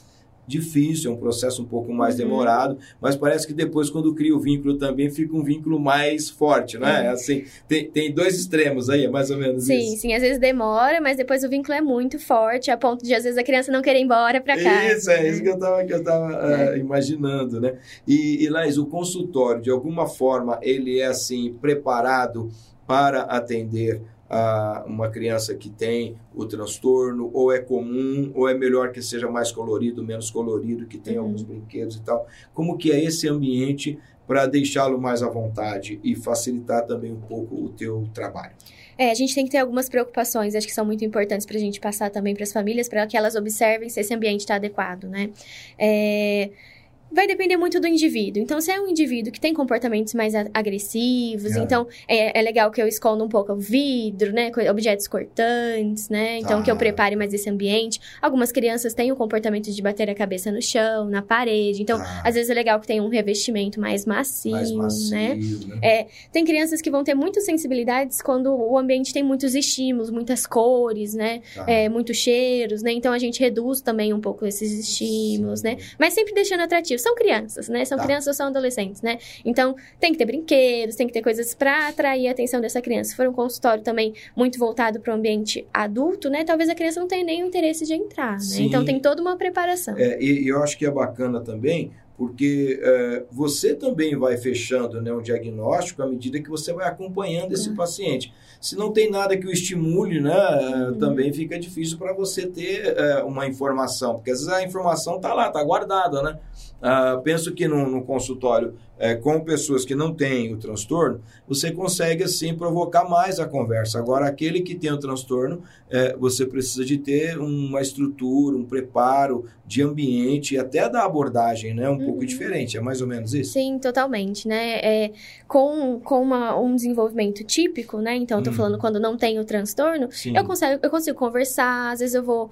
difícil, é um processo um pouco mais demorado, mas parece que depois, quando cria o vínculo também, fica um vínculo mais forte, né? Assim, tem dois extremos aí, é mais ou menos isso. Sim, às vezes demora, mas depois o vínculo é muito forte, a ponto de, às vezes, a criança não querer ir embora para casa. Isso que eu tava imaginando, né? E Laís, o consultório, de alguma forma, ele é, assim, preparado para atender a uma criança que tem o transtorno, ou é comum, ou é melhor que seja mais colorido, menos colorido, que tenha alguns brinquedos e tal. Como que é esse ambiente para deixá-lo mais à vontade e facilitar também um pouco o teu trabalho? A gente tem que ter algumas preocupações, acho que são muito importantes para a gente passar também para as famílias, para que elas observem se esse ambiente está adequado, né? Vai depender muito do indivíduo. Então, se é um indivíduo que tem comportamentos mais agressivos, então é legal que eu esconda um pouco o vidro, né? Objetos cortantes, né? Então, que eu prepare mais esse ambiente. Algumas crianças têm o comportamento de bater a cabeça no chão, na parede. Então, às vezes é legal que tenha um revestimento mais macio, né? Tem crianças que vão ter muitas sensibilidades quando o ambiente tem muitos estímulos, muitas cores, né? Muitos cheiros, né? Então, a gente reduz também um pouco esses estímulos, né? Mas sempre deixando atrativo. São crianças, né? São crianças ou são adolescentes, né? Então, tem que ter brinquedos, tem que ter coisas para atrair a atenção dessa criança. Se for um consultório também muito voltado para o ambiente adulto, né? Talvez a criança não tenha nem o interesse de entrar, né? Então, tem toda uma preparação. E eu acho que é bacana também, porque você também vai fechando, né, um diagnóstico à medida que você vai acompanhando esse paciente. Se não tem nada que o estimule, né, também fica difícil para você ter uma informação, porque às vezes a informação está lá, está guardada, né? Penso que no consultório, com pessoas que não têm o transtorno, você consegue, assim, provocar mais a conversa. Agora, aquele que tem o transtorno, você precisa de ter uma estrutura, um preparo de ambiente e até da abordagem, né? Um pouco diferente. É mais ou menos isso? Sim, totalmente, né? Com um desenvolvimento típico, né? Então, eu tô falando quando não tem o transtorno, eu consigo conversar, às vezes eu vou...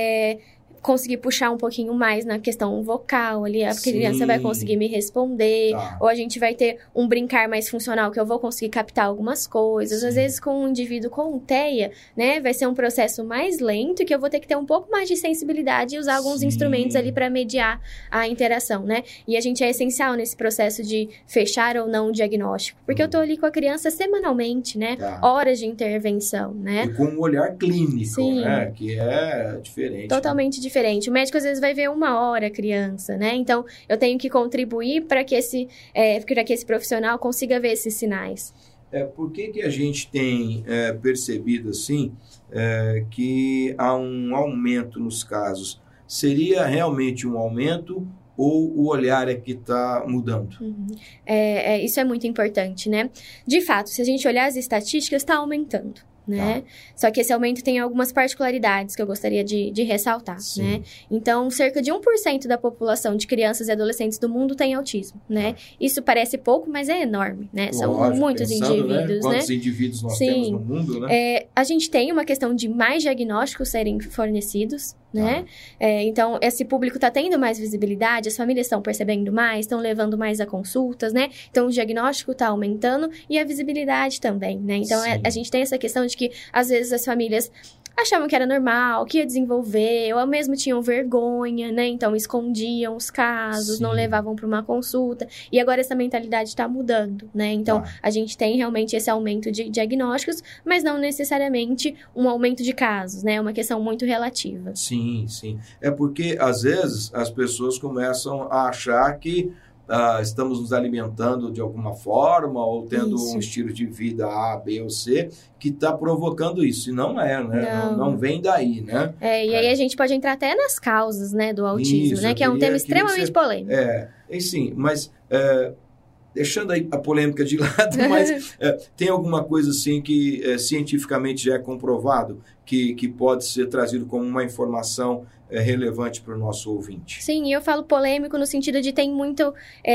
conseguir puxar um pouquinho mais na questão vocal ali, a criança vai conseguir me responder, ou a gente vai ter um brincar mais funcional, que eu vou conseguir captar algumas coisas. Às vezes, com um indivíduo com TEA, né, vai ser um processo mais lento, que eu vou ter que ter um pouco mais de sensibilidade e usar alguns instrumentos ali para mediar a interação, né? E a gente é essencial nesse processo de fechar ou não o diagnóstico, porque eu tô ali com a criança semanalmente, né? Horas de intervenção, né? E com um olhar clínico, né? Que é diferente. Totalmente diferente. O médico, às vezes, vai ver 1 hora a criança, né? Então, eu tenho que contribuir para que esse profissional consiga ver esses sinais. Por que a gente tem percebido, assim, que há um aumento nos casos? Seria realmente um aumento ou o olhar é que está mudando? Isso é muito importante, né? De fato, se a gente olhar as estatísticas, está aumentando. Né? Só que esse aumento tem algumas particularidades que eu gostaria de ressaltar, né? Então, cerca de 1% da população de crianças e adolescentes do mundo tem autismo, né? Isso parece pouco, mas é enorme, né? São muitos indivíduos, né? Quantos indivíduos nós temos no mundo, né? A gente tem uma questão de mais diagnósticos serem fornecidos, né? Então, esse público está tendo mais visibilidade, as famílias estão percebendo mais, estão levando mais a consultas, né? Então, o diagnóstico está aumentando e a visibilidade também, né? Então, a gente tem essa questão de que, às vezes, as famílias achavam que era normal, que ia desenvolver, ou mesmo tinham vergonha, né? Então, escondiam os casos, não levavam para uma consulta. E agora essa mentalidade está mudando, né? Então, a gente tem realmente esse aumento de diagnósticos, mas não necessariamente um aumento de casos, né? É uma questão muito relativa. Sim. É porque, às vezes, as pessoas começam a achar que estamos nos alimentando de alguma forma ou tendo um estilo de vida A, B ou C que está provocando isso. E não é, né? Não vem daí, né? E aí a gente pode entrar até nas causas, né, do autismo, né? Que é um tema extremamente polêmico. Sim, mas... deixando aí a polêmica de lado, mas tem alguma coisa assim que cientificamente já é comprovado que pode ser trazido como uma informação relevante para o nosso ouvinte? Sim, eu falo polêmico no sentido de tem muito...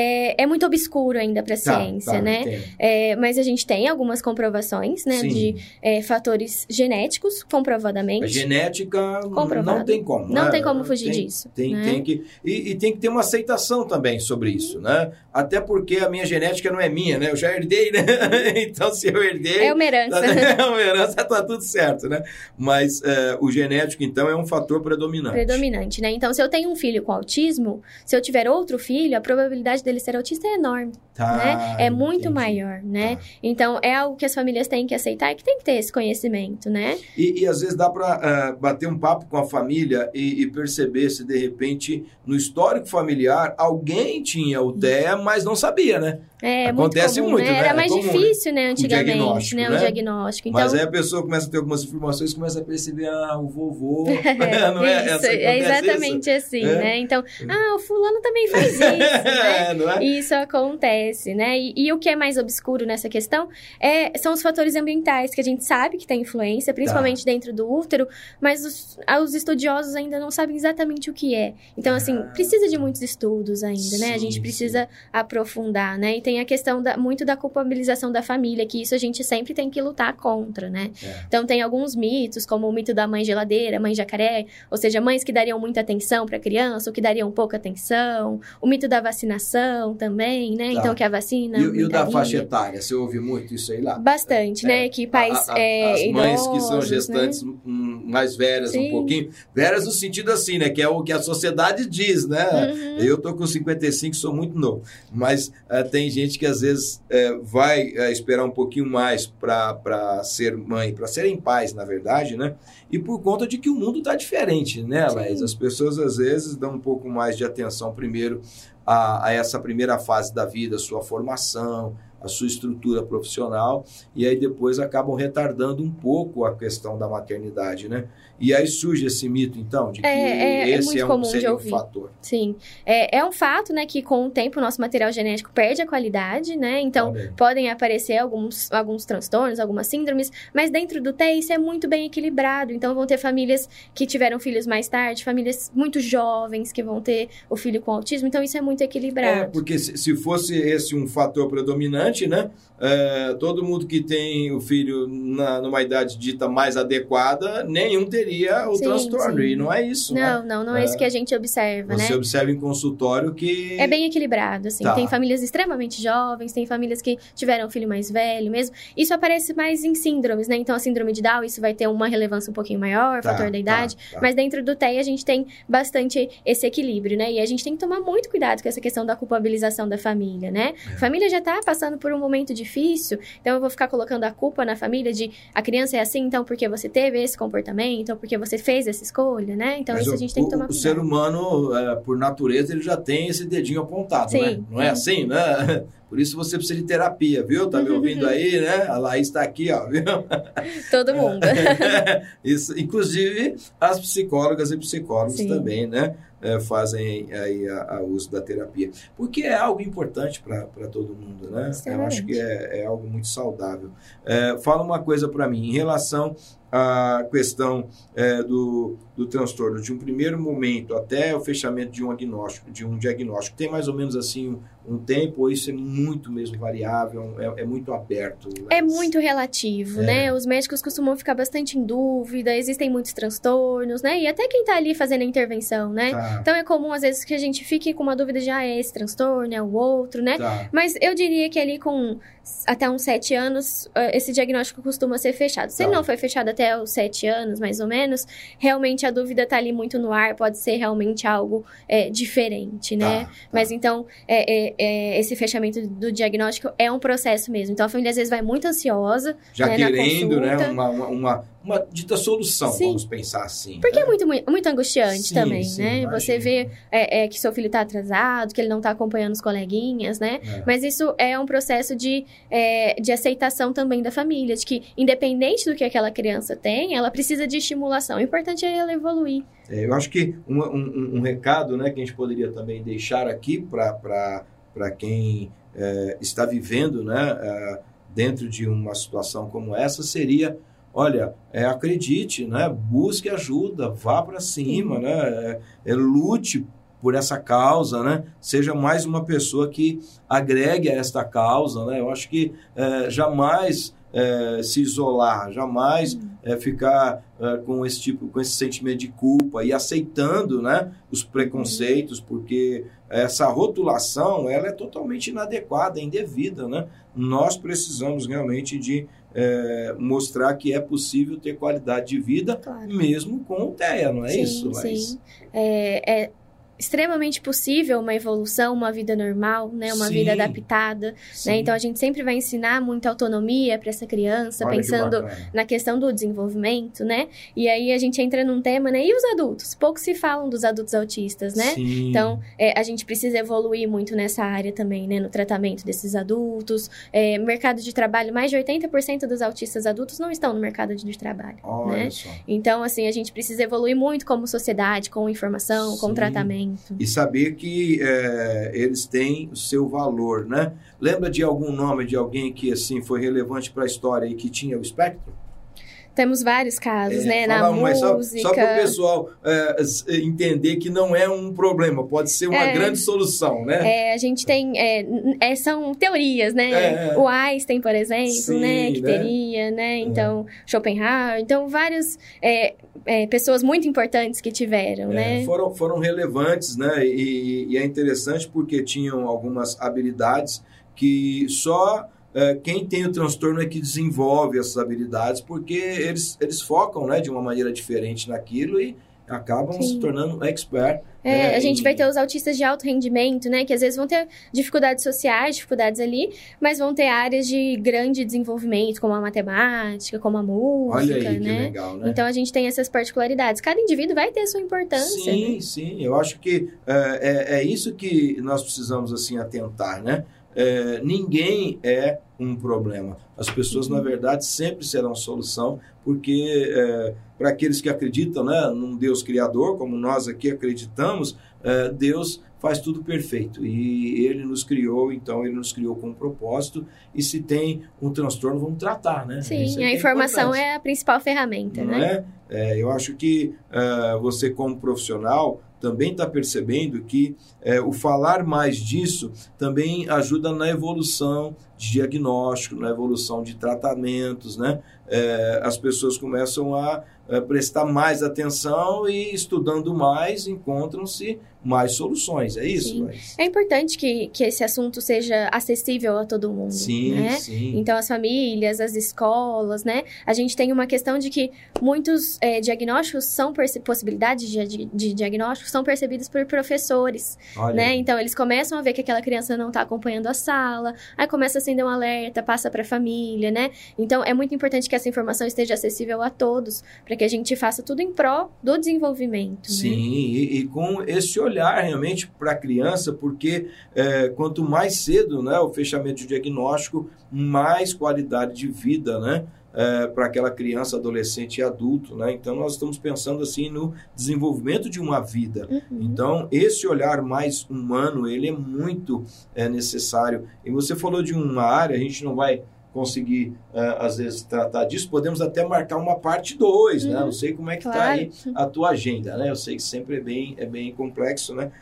é muito obscuro ainda para a ciência, né? Mas a gente tem algumas comprovações, né? De fatores genéticos, comprovadamente. A genética não tem como. Não tem como fugir disso. Tem que ter uma aceitação também sobre isso, né? Até porque a minha genética não é minha, né? Eu já herdei, né? Então, se eu herdei... É uma herança. É uma herança, tá tudo certo, né? Mas o genético, então, é um fator predominante. Predominante, né? Então, se eu tenho um filho com autismo, se eu tiver outro filho, a probabilidade dele ser autista é enorme, né? É muito maior, né? Então, é algo que as famílias têm que aceitar e que tem que ter esse conhecimento, né? E às vezes dá para bater um papo com a família e perceber se, de repente, no histórico familiar, alguém tinha o TEA, mas não sabia, né? Acontece muito, comum, né? Era mais comum, difícil, né, antigamente, né? O diagnóstico. Então... Mas aí a pessoa começa a ter algumas informações, começa a perceber, o vovô... não é exatamente isso? Assim, né? Então, o fulano também faz isso, né? Não é? Isso acontece, né? E o que é mais obscuro nessa questão são os fatores ambientais, que a gente sabe que tem influência, principalmente dentro do útero, mas os estudiosos ainda não sabem exatamente o que é. Então, assim, precisa de muitos estudos ainda, né? A gente precisa aprofundar, né? E tem a questão muito da culpabilização da família, que isso a gente sempre tem que lutar contra, né? Então, tem alguns mitos, como o mito da mãe geladeira, mãe jacaré, ou seja, mães que dariam muita atenção para a criança ou que dariam pouca atenção. O mito da vacinação também, né? Então, que a vacina... E o da faixa etária? Você ouve muito isso aí lá? Bastante, né? Que pais as mães idosos, que são gestantes, né? Mais velhas um pouquinho. Velhas no sentido assim, né? Que é o que a sociedade diz, né? Eu tô com 55, sou muito novo. Mas tem gente que às vezes vai esperar um pouquinho mais para ser mãe, para serem pais, na verdade, né? E por conta de que o mundo está diferente, né, Laís? As pessoas às vezes dão um pouco mais de atenção primeiro a essa primeira fase da vida, a sua formação, a sua estrutura profissional, e aí depois acabam retardando um pouco a questão da maternidade, né? E aí surge esse mito, então, de que esse seria um fator. Sim. É um fato, né, que com o tempo o nosso material genético perde a qualidade, né? Então, podem aparecer alguns transtornos, algumas síndromes, mas dentro do TEA isso é muito bem equilibrado. Então, vão ter famílias que tiveram filhos mais tarde, famílias muito jovens que vão ter o filho com autismo. Então, isso é muito equilibrado. Porque se fosse esse um fator predominante, né? Todo mundo que tem o filho numa idade dita mais adequada, nenhum teria o transtorno, e não é isso, Não é isso que a gente observa, Você observa em consultório que... É bem equilibrado, assim, tem famílias extremamente jovens, tem famílias que tiveram um filho mais velho mesmo, isso aparece mais em síndromes, né, então a síndrome de Down, isso vai ter uma relevância um pouquinho maior, fator da idade, mas dentro do TEA a gente tem bastante esse equilíbrio, né, e a gente tem que tomar muito cuidado com essa questão da culpabilização da família, né, a família já tá passando por um momento difícil, então eu vou ficar colocando a culpa na família de a criança é assim, então porque você teve esse comportamento, porque você fez essa escolha, né? Então, isso a gente tem que tomar cuidado. O ser humano, por natureza, ele já tem esse dedinho apontado, né? Não é assim, né? Por isso você precisa de terapia, viu? Tá me ouvindo aí, né? A Laís tá aqui, ó, viu? Todo mundo. Isso, inclusive, as psicólogas e psicólogos também, né? Fazem aí a uso da terapia. Porque é algo importante para todo mundo, né? Eu acho que é algo muito saudável. Fala uma coisa para mim, em relação à questão do transtorno, de um primeiro momento até o fechamento de um diagnóstico, tem mais ou menos assim um tempo, ou isso é muito mesmo variável, é muito aberto? É muito relativo, né? Os médicos costumam ficar bastante em dúvida, existem muitos transtornos, né? E até quem tá ali fazendo a intervenção, né? Então, é comum, às vezes, que a gente fique com uma dúvida de, é esse transtorno, é o outro, né? Mas eu diria que ali com até uns 7 anos, esse diagnóstico costuma ser fechado. Se ele não foi fechado até os 7 anos, mais ou menos, realmente a dúvida tá ali muito no ar, pode ser realmente algo diferente, né? Mas, então, esse fechamento do diagnóstico é um processo mesmo. Então, a família, às vezes, vai muito ansiosa, já né, querendo, né, uma dita solução, vamos pensar assim. Porque é muito angustiante também, né? Imagino. Você vê que seu filho está atrasado, que ele não está acompanhando os coleguinhas, né? Mas isso é um processo de aceitação também da família, de que, independente do que aquela criança tem, ela precisa de estimulação. O importante é ela evoluir. Eu acho que um recado, né, que a gente poderia também deixar aqui para quem está vivendo, né, dentro de uma situação como essa seria... Olha, acredite, né? Busque ajuda, vá para cima, né? Lute por essa causa, né? Seja mais uma pessoa que agregue a esta causa, né? Eu acho que jamais se isolar, jamais ficar com esse sentimento de culpa e aceitando, né, os preconceitos, porque essa rotulação ela é totalmente inadequada, indevida, né? Nós precisamos realmente de mostrar que é possível ter qualidade de vida, mesmo com o TEA, não é isso? Sim, é extremamente possível uma evolução, uma vida normal, né? Uma vida adaptada, né? Então, a gente sempre vai ensinar muita autonomia para essa criança, pensando na questão do desenvolvimento, né? E aí, a gente entra num tema, né? E os adultos? Pouco se falam dos adultos autistas, né? Sim. Então, a gente precisa evoluir muito nessa área também, né? No tratamento desses adultos. Mercado de trabalho, mais de 80% dos autistas adultos não estão no mercado de trabalho, né? Só. Então, assim, a gente precisa evoluir muito como sociedade, com informação, com tratamento. E saber que eles têm o seu valor, né? Lembra de algum nome de alguém que, assim, foi relevante para a história e que tinha o espectro? Temos vários casos, né? Na música. Só para o pessoal entender que não é um problema, pode ser uma grande solução, né? A gente tem... são teorias, né? O Einstein, por exemplo, né? Que teria, né? Então, Schopenhauer. Então, várias pessoas muito importantes que tiveram, né? Foram relevantes, né? E é interessante porque tinham algumas habilidades que só... quem tem o transtorno é que desenvolve essas habilidades, porque eles focam, né, de uma maneira diferente naquilo e acabam se tornando expert. A gente vai ter os autistas de alto rendimento, né, que às vezes vão ter dificuldades sociais, dificuldades ali, mas vão ter áreas de grande desenvolvimento, como a matemática, como a música, Olha aí, né? Que legal, né? Então, a gente tem essas particularidades. Cada indivíduo vai ter a sua importância. Sim, né? sim. Eu acho que é isso que nós precisamos, assim, atentar, né? Ninguém é um problema. As pessoas, na verdade, sempre serão solução, porque para aqueles que acreditam, né, num Deus criador, como nós aqui acreditamos, Deus faz tudo perfeito. E Ele nos criou, então Ele nos criou com um propósito. E se tem um transtorno, vamos tratar, né? Sim, a informação é a principal ferramenta, não né? Eu acho que você, como profissional, também está percebendo que o falar mais disso também ajuda na evolução de diagnóstico, na evolução de tratamentos, né? As pessoas começam a prestar mais atenção e, estudando mais, encontram-se mais soluções. É isso? Sim. É importante que esse assunto seja acessível a todo mundo. Sim, né? sim. Então, as famílias, as escolas, né? A gente tem uma questão de que muitos diagnósticos possibilidades de diagnósticos são percebidas por professores, né? Então, eles começam a ver que aquela criança não está acompanhando a sala, aí começa a acender um alerta, passa para a família, né? Então, é muito importante que essa informação esteja acessível a todos, para que a gente faça tudo em prol do desenvolvimento. Sim, né? e com esse olhar realmente para a criança, porque quanto mais cedo, né, o fechamento de diagnóstico, mais qualidade de vida, né? Para aquela criança, adolescente e adulto, né? Então, nós estamos pensando assim no desenvolvimento de uma vida. Uhum. Então, esse olhar mais humano, ele é muito necessário. E você falou de uma área, a gente não vai conseguir, às vezes, tratar disso, podemos até marcar uma parte 2, né? Não sei como é que está aí a tua agenda, né? Eu sei que sempre é bem complexo, né?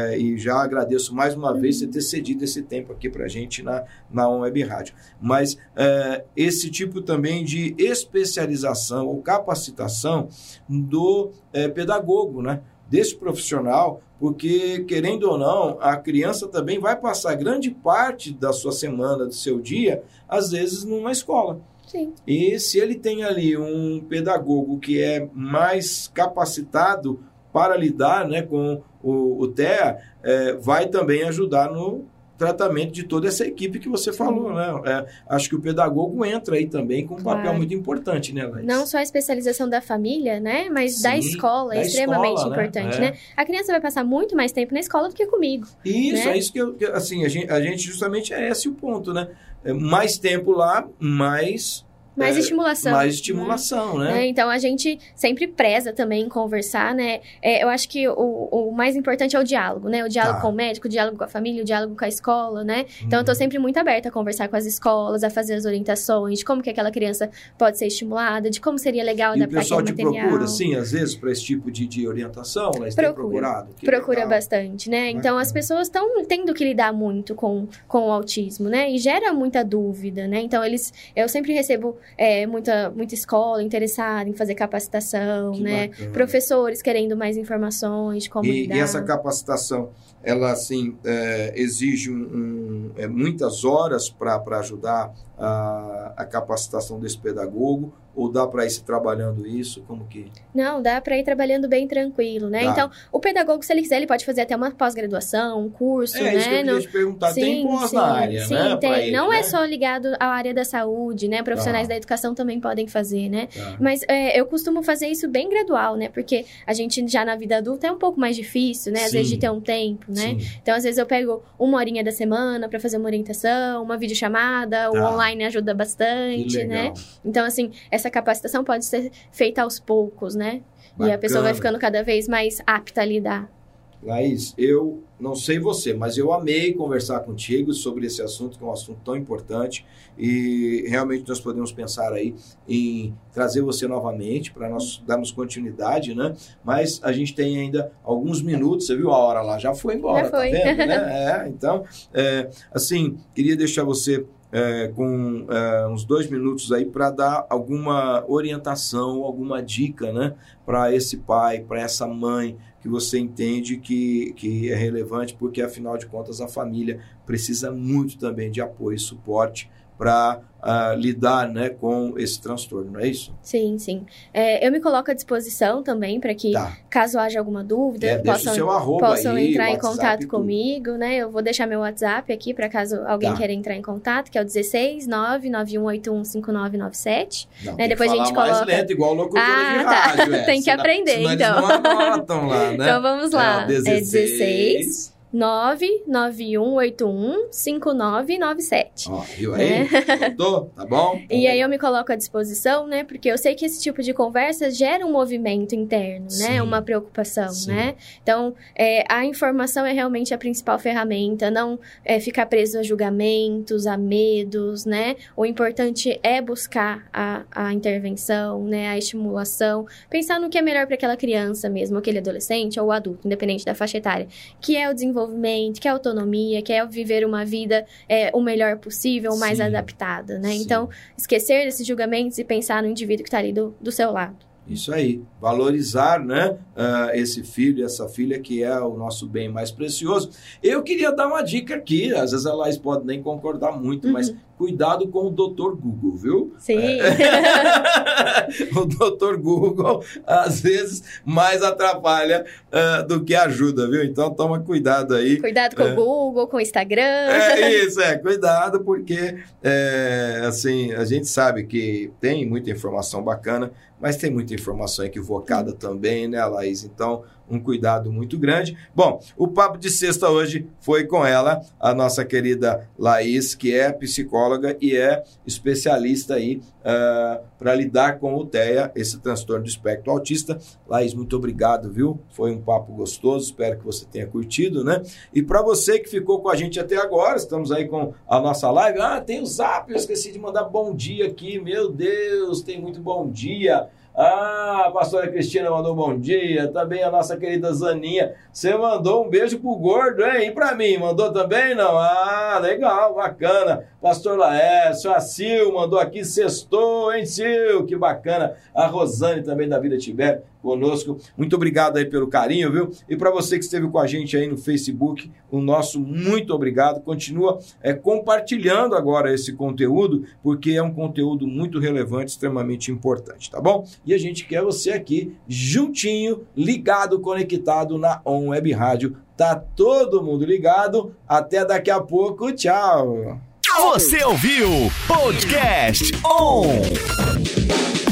E já agradeço mais uma vez você ter cedido esse tempo aqui para a gente na Web Rádio. Mas esse tipo também de especialização ou capacitação do pedagogo, né? Desse profissional, porque, querendo ou não, a criança também vai passar grande parte da sua semana, do seu dia, às vezes numa escola. Sim. E se ele tem ali um pedagogo que é mais capacitado para lidar, né, com o TEA, vai também ajudar no tratamento de toda essa equipe que você falou, né? Acho que o pedagogo entra aí também com um papel muito importante, né, Laís? Não só a especialização da família, né? Mas da escola, é extremamente importante, né? A criança vai passar muito mais tempo na escola do que comigo. Isso, né? É isso que assim, a gente justamente é esse o ponto, né? Mais tempo lá, mais estimulação. Mais estimulação, né? Então, a gente sempre preza também em conversar, né? Eu acho que o mais importante é o diálogo, né? O diálogo com o médico, o diálogo com a família, o diálogo com a escola, né? Então, eu tô sempre muito aberta a conversar com as escolas, a fazer as orientações, de como que aquela criança pode ser estimulada, de como seria legal adaptar aquele material. E o pessoal te procura, sim, às vezes, para esse tipo de orientação? Eles têm procurado? Procura bastante, né? Então, as pessoas estão tendo que lidar muito com o autismo, né? E gera muita dúvida, né? Então, eu sempre recebo muita escola interessada em fazer capacitação, Que né? bacana. Professores querendo mais informações de como lidar. E essa capacitação, ela assim, exige muitas horas para ajudar a capacitação desse pedagogo, ou dá para ir se trabalhando isso? Como que... Não, dá para ir trabalhando bem tranquilo, né? Tá. Então, o pedagogo, se ele quiser, ele pode fazer até uma pós-graduação, um curso, né? Isso que eu queria te perguntar. Tem pós na área, sim, né? tem. Ele, não né? é só ligado à área da saúde, né? Profissionais Tá. da educação também podem fazer, né? Tá. Mas eu costumo fazer isso bem gradual, né? Porque a gente já na vida adulta é um pouco mais difícil, né? Às Sim. vezes de ter um tempo, né? Sim. Então, às vezes eu pego uma horinha da semana para fazer uma orientação, uma videochamada, o Tá. online ajuda Que bastante, legal. né? Então, assim, essa capacitação pode ser feita aos poucos, né? E a pessoa vai Bacana. ficando cada vez mais apta a lidar. Laís, eu não sei você, mas eu amei conversar contigo sobre esse assunto, que é um assunto tão importante, e realmente nós podemos pensar aí em trazer você novamente para nós darmos continuidade, né? Mas a gente tem ainda alguns minutos, você viu a hora lá? Já foi embora, Já foi. tá vendo, né? Então, assim, queria deixar você com uns 2 minutos aí para dar alguma orientação, alguma dica, né, para esse pai, para essa mãe que você entende que é relevante, porque afinal de contas a família precisa muito também de apoio e suporte para lidar, né, com esse transtorno, não é isso? Sim, sim. Eu me coloco à disposição também para que, Tá. caso haja alguma dúvida, Deixa o seu arroba possam aí, entrar em WhatsApp contato e tudo. comigo, né? Eu vou deixar meu WhatsApp aqui para caso alguém Tá. queira entrar em contato, que é o 16 991815997. Não, né? tem Depois que a gente falar mais coloca. lento, igual locutora de Tá. rádio. Tem que aprender, senão então. Eles não anotam lá, né? Então vamos lá. É 16. 991815997. Ó, viu aí? Anotou? Tá bom? E aí eu me coloco à disposição, né? Porque eu sei que esse tipo de conversa gera um movimento interno, Sim. né? Uma preocupação, Sim. né? Então, a informação é realmente a principal ferramenta. Não ficar preso a julgamentos, a medos, né? O importante é buscar a intervenção, né? A estimulação. Pensar no que é melhor para aquela criança mesmo, aquele adolescente ou adulto, independente da faixa etária. Que é o desenvolvimento, que é a autonomia, que é viver uma vida o melhor possível, o mais Sim. adaptada, né? Sim. Então, esquecer desses julgamentos e pensar no indivíduo que está ali do seu lado. Isso aí, valorizar, né, esse filho, essa filha que é o nosso bem mais precioso. Eu queria dar uma dica aqui, às vezes a Laís pode nem concordar muito, mas cuidado com o Dr. Google, viu? Sim. O Dr. Google, às vezes, mais atrapalha do que ajuda, viu? Então, toma cuidado aí. Cuidado com o Google, com o Instagram. Cuidado, porque, assim, a gente sabe que tem muita informação bacana, mas tem muita informação equivocada também, né, Laís? Então, um cuidado muito grande. Bom, o Papo de Sexta hoje foi com ela, a nossa querida Laís, que é psicóloga e é especialista aí para lidar com o TEA, esse transtorno do espectro autista. Laís, muito obrigado, viu? Foi um papo gostoso, espero que você tenha curtido, né? E para você que ficou com a gente até agora, estamos aí com a nossa live. Tem o Zap, eu esqueci de mandar bom dia aqui, meu Deus, tem muito bom dia. A pastora Cristina mandou bom dia, também a nossa querida Zaninha, você mandou um beijo pro gordo, hein? E pra mim, mandou também, não? Legal, bacana. Pastor Laércio, a Sil mandou aqui, sextou, hein, Sil? Que bacana. A Rosane também da Vida Tibério conosco. Muito obrigado aí pelo carinho, viu? E para você que esteve com a gente aí no Facebook, o nosso muito obrigado. Continua compartilhando agora esse conteúdo, porque é um conteúdo muito relevante, extremamente importante, tá bom? E a gente quer você aqui, juntinho, ligado, conectado na On Web Rádio. Tá todo mundo ligado. Até daqui a pouco. Tchau. Você ouviu Podcast On.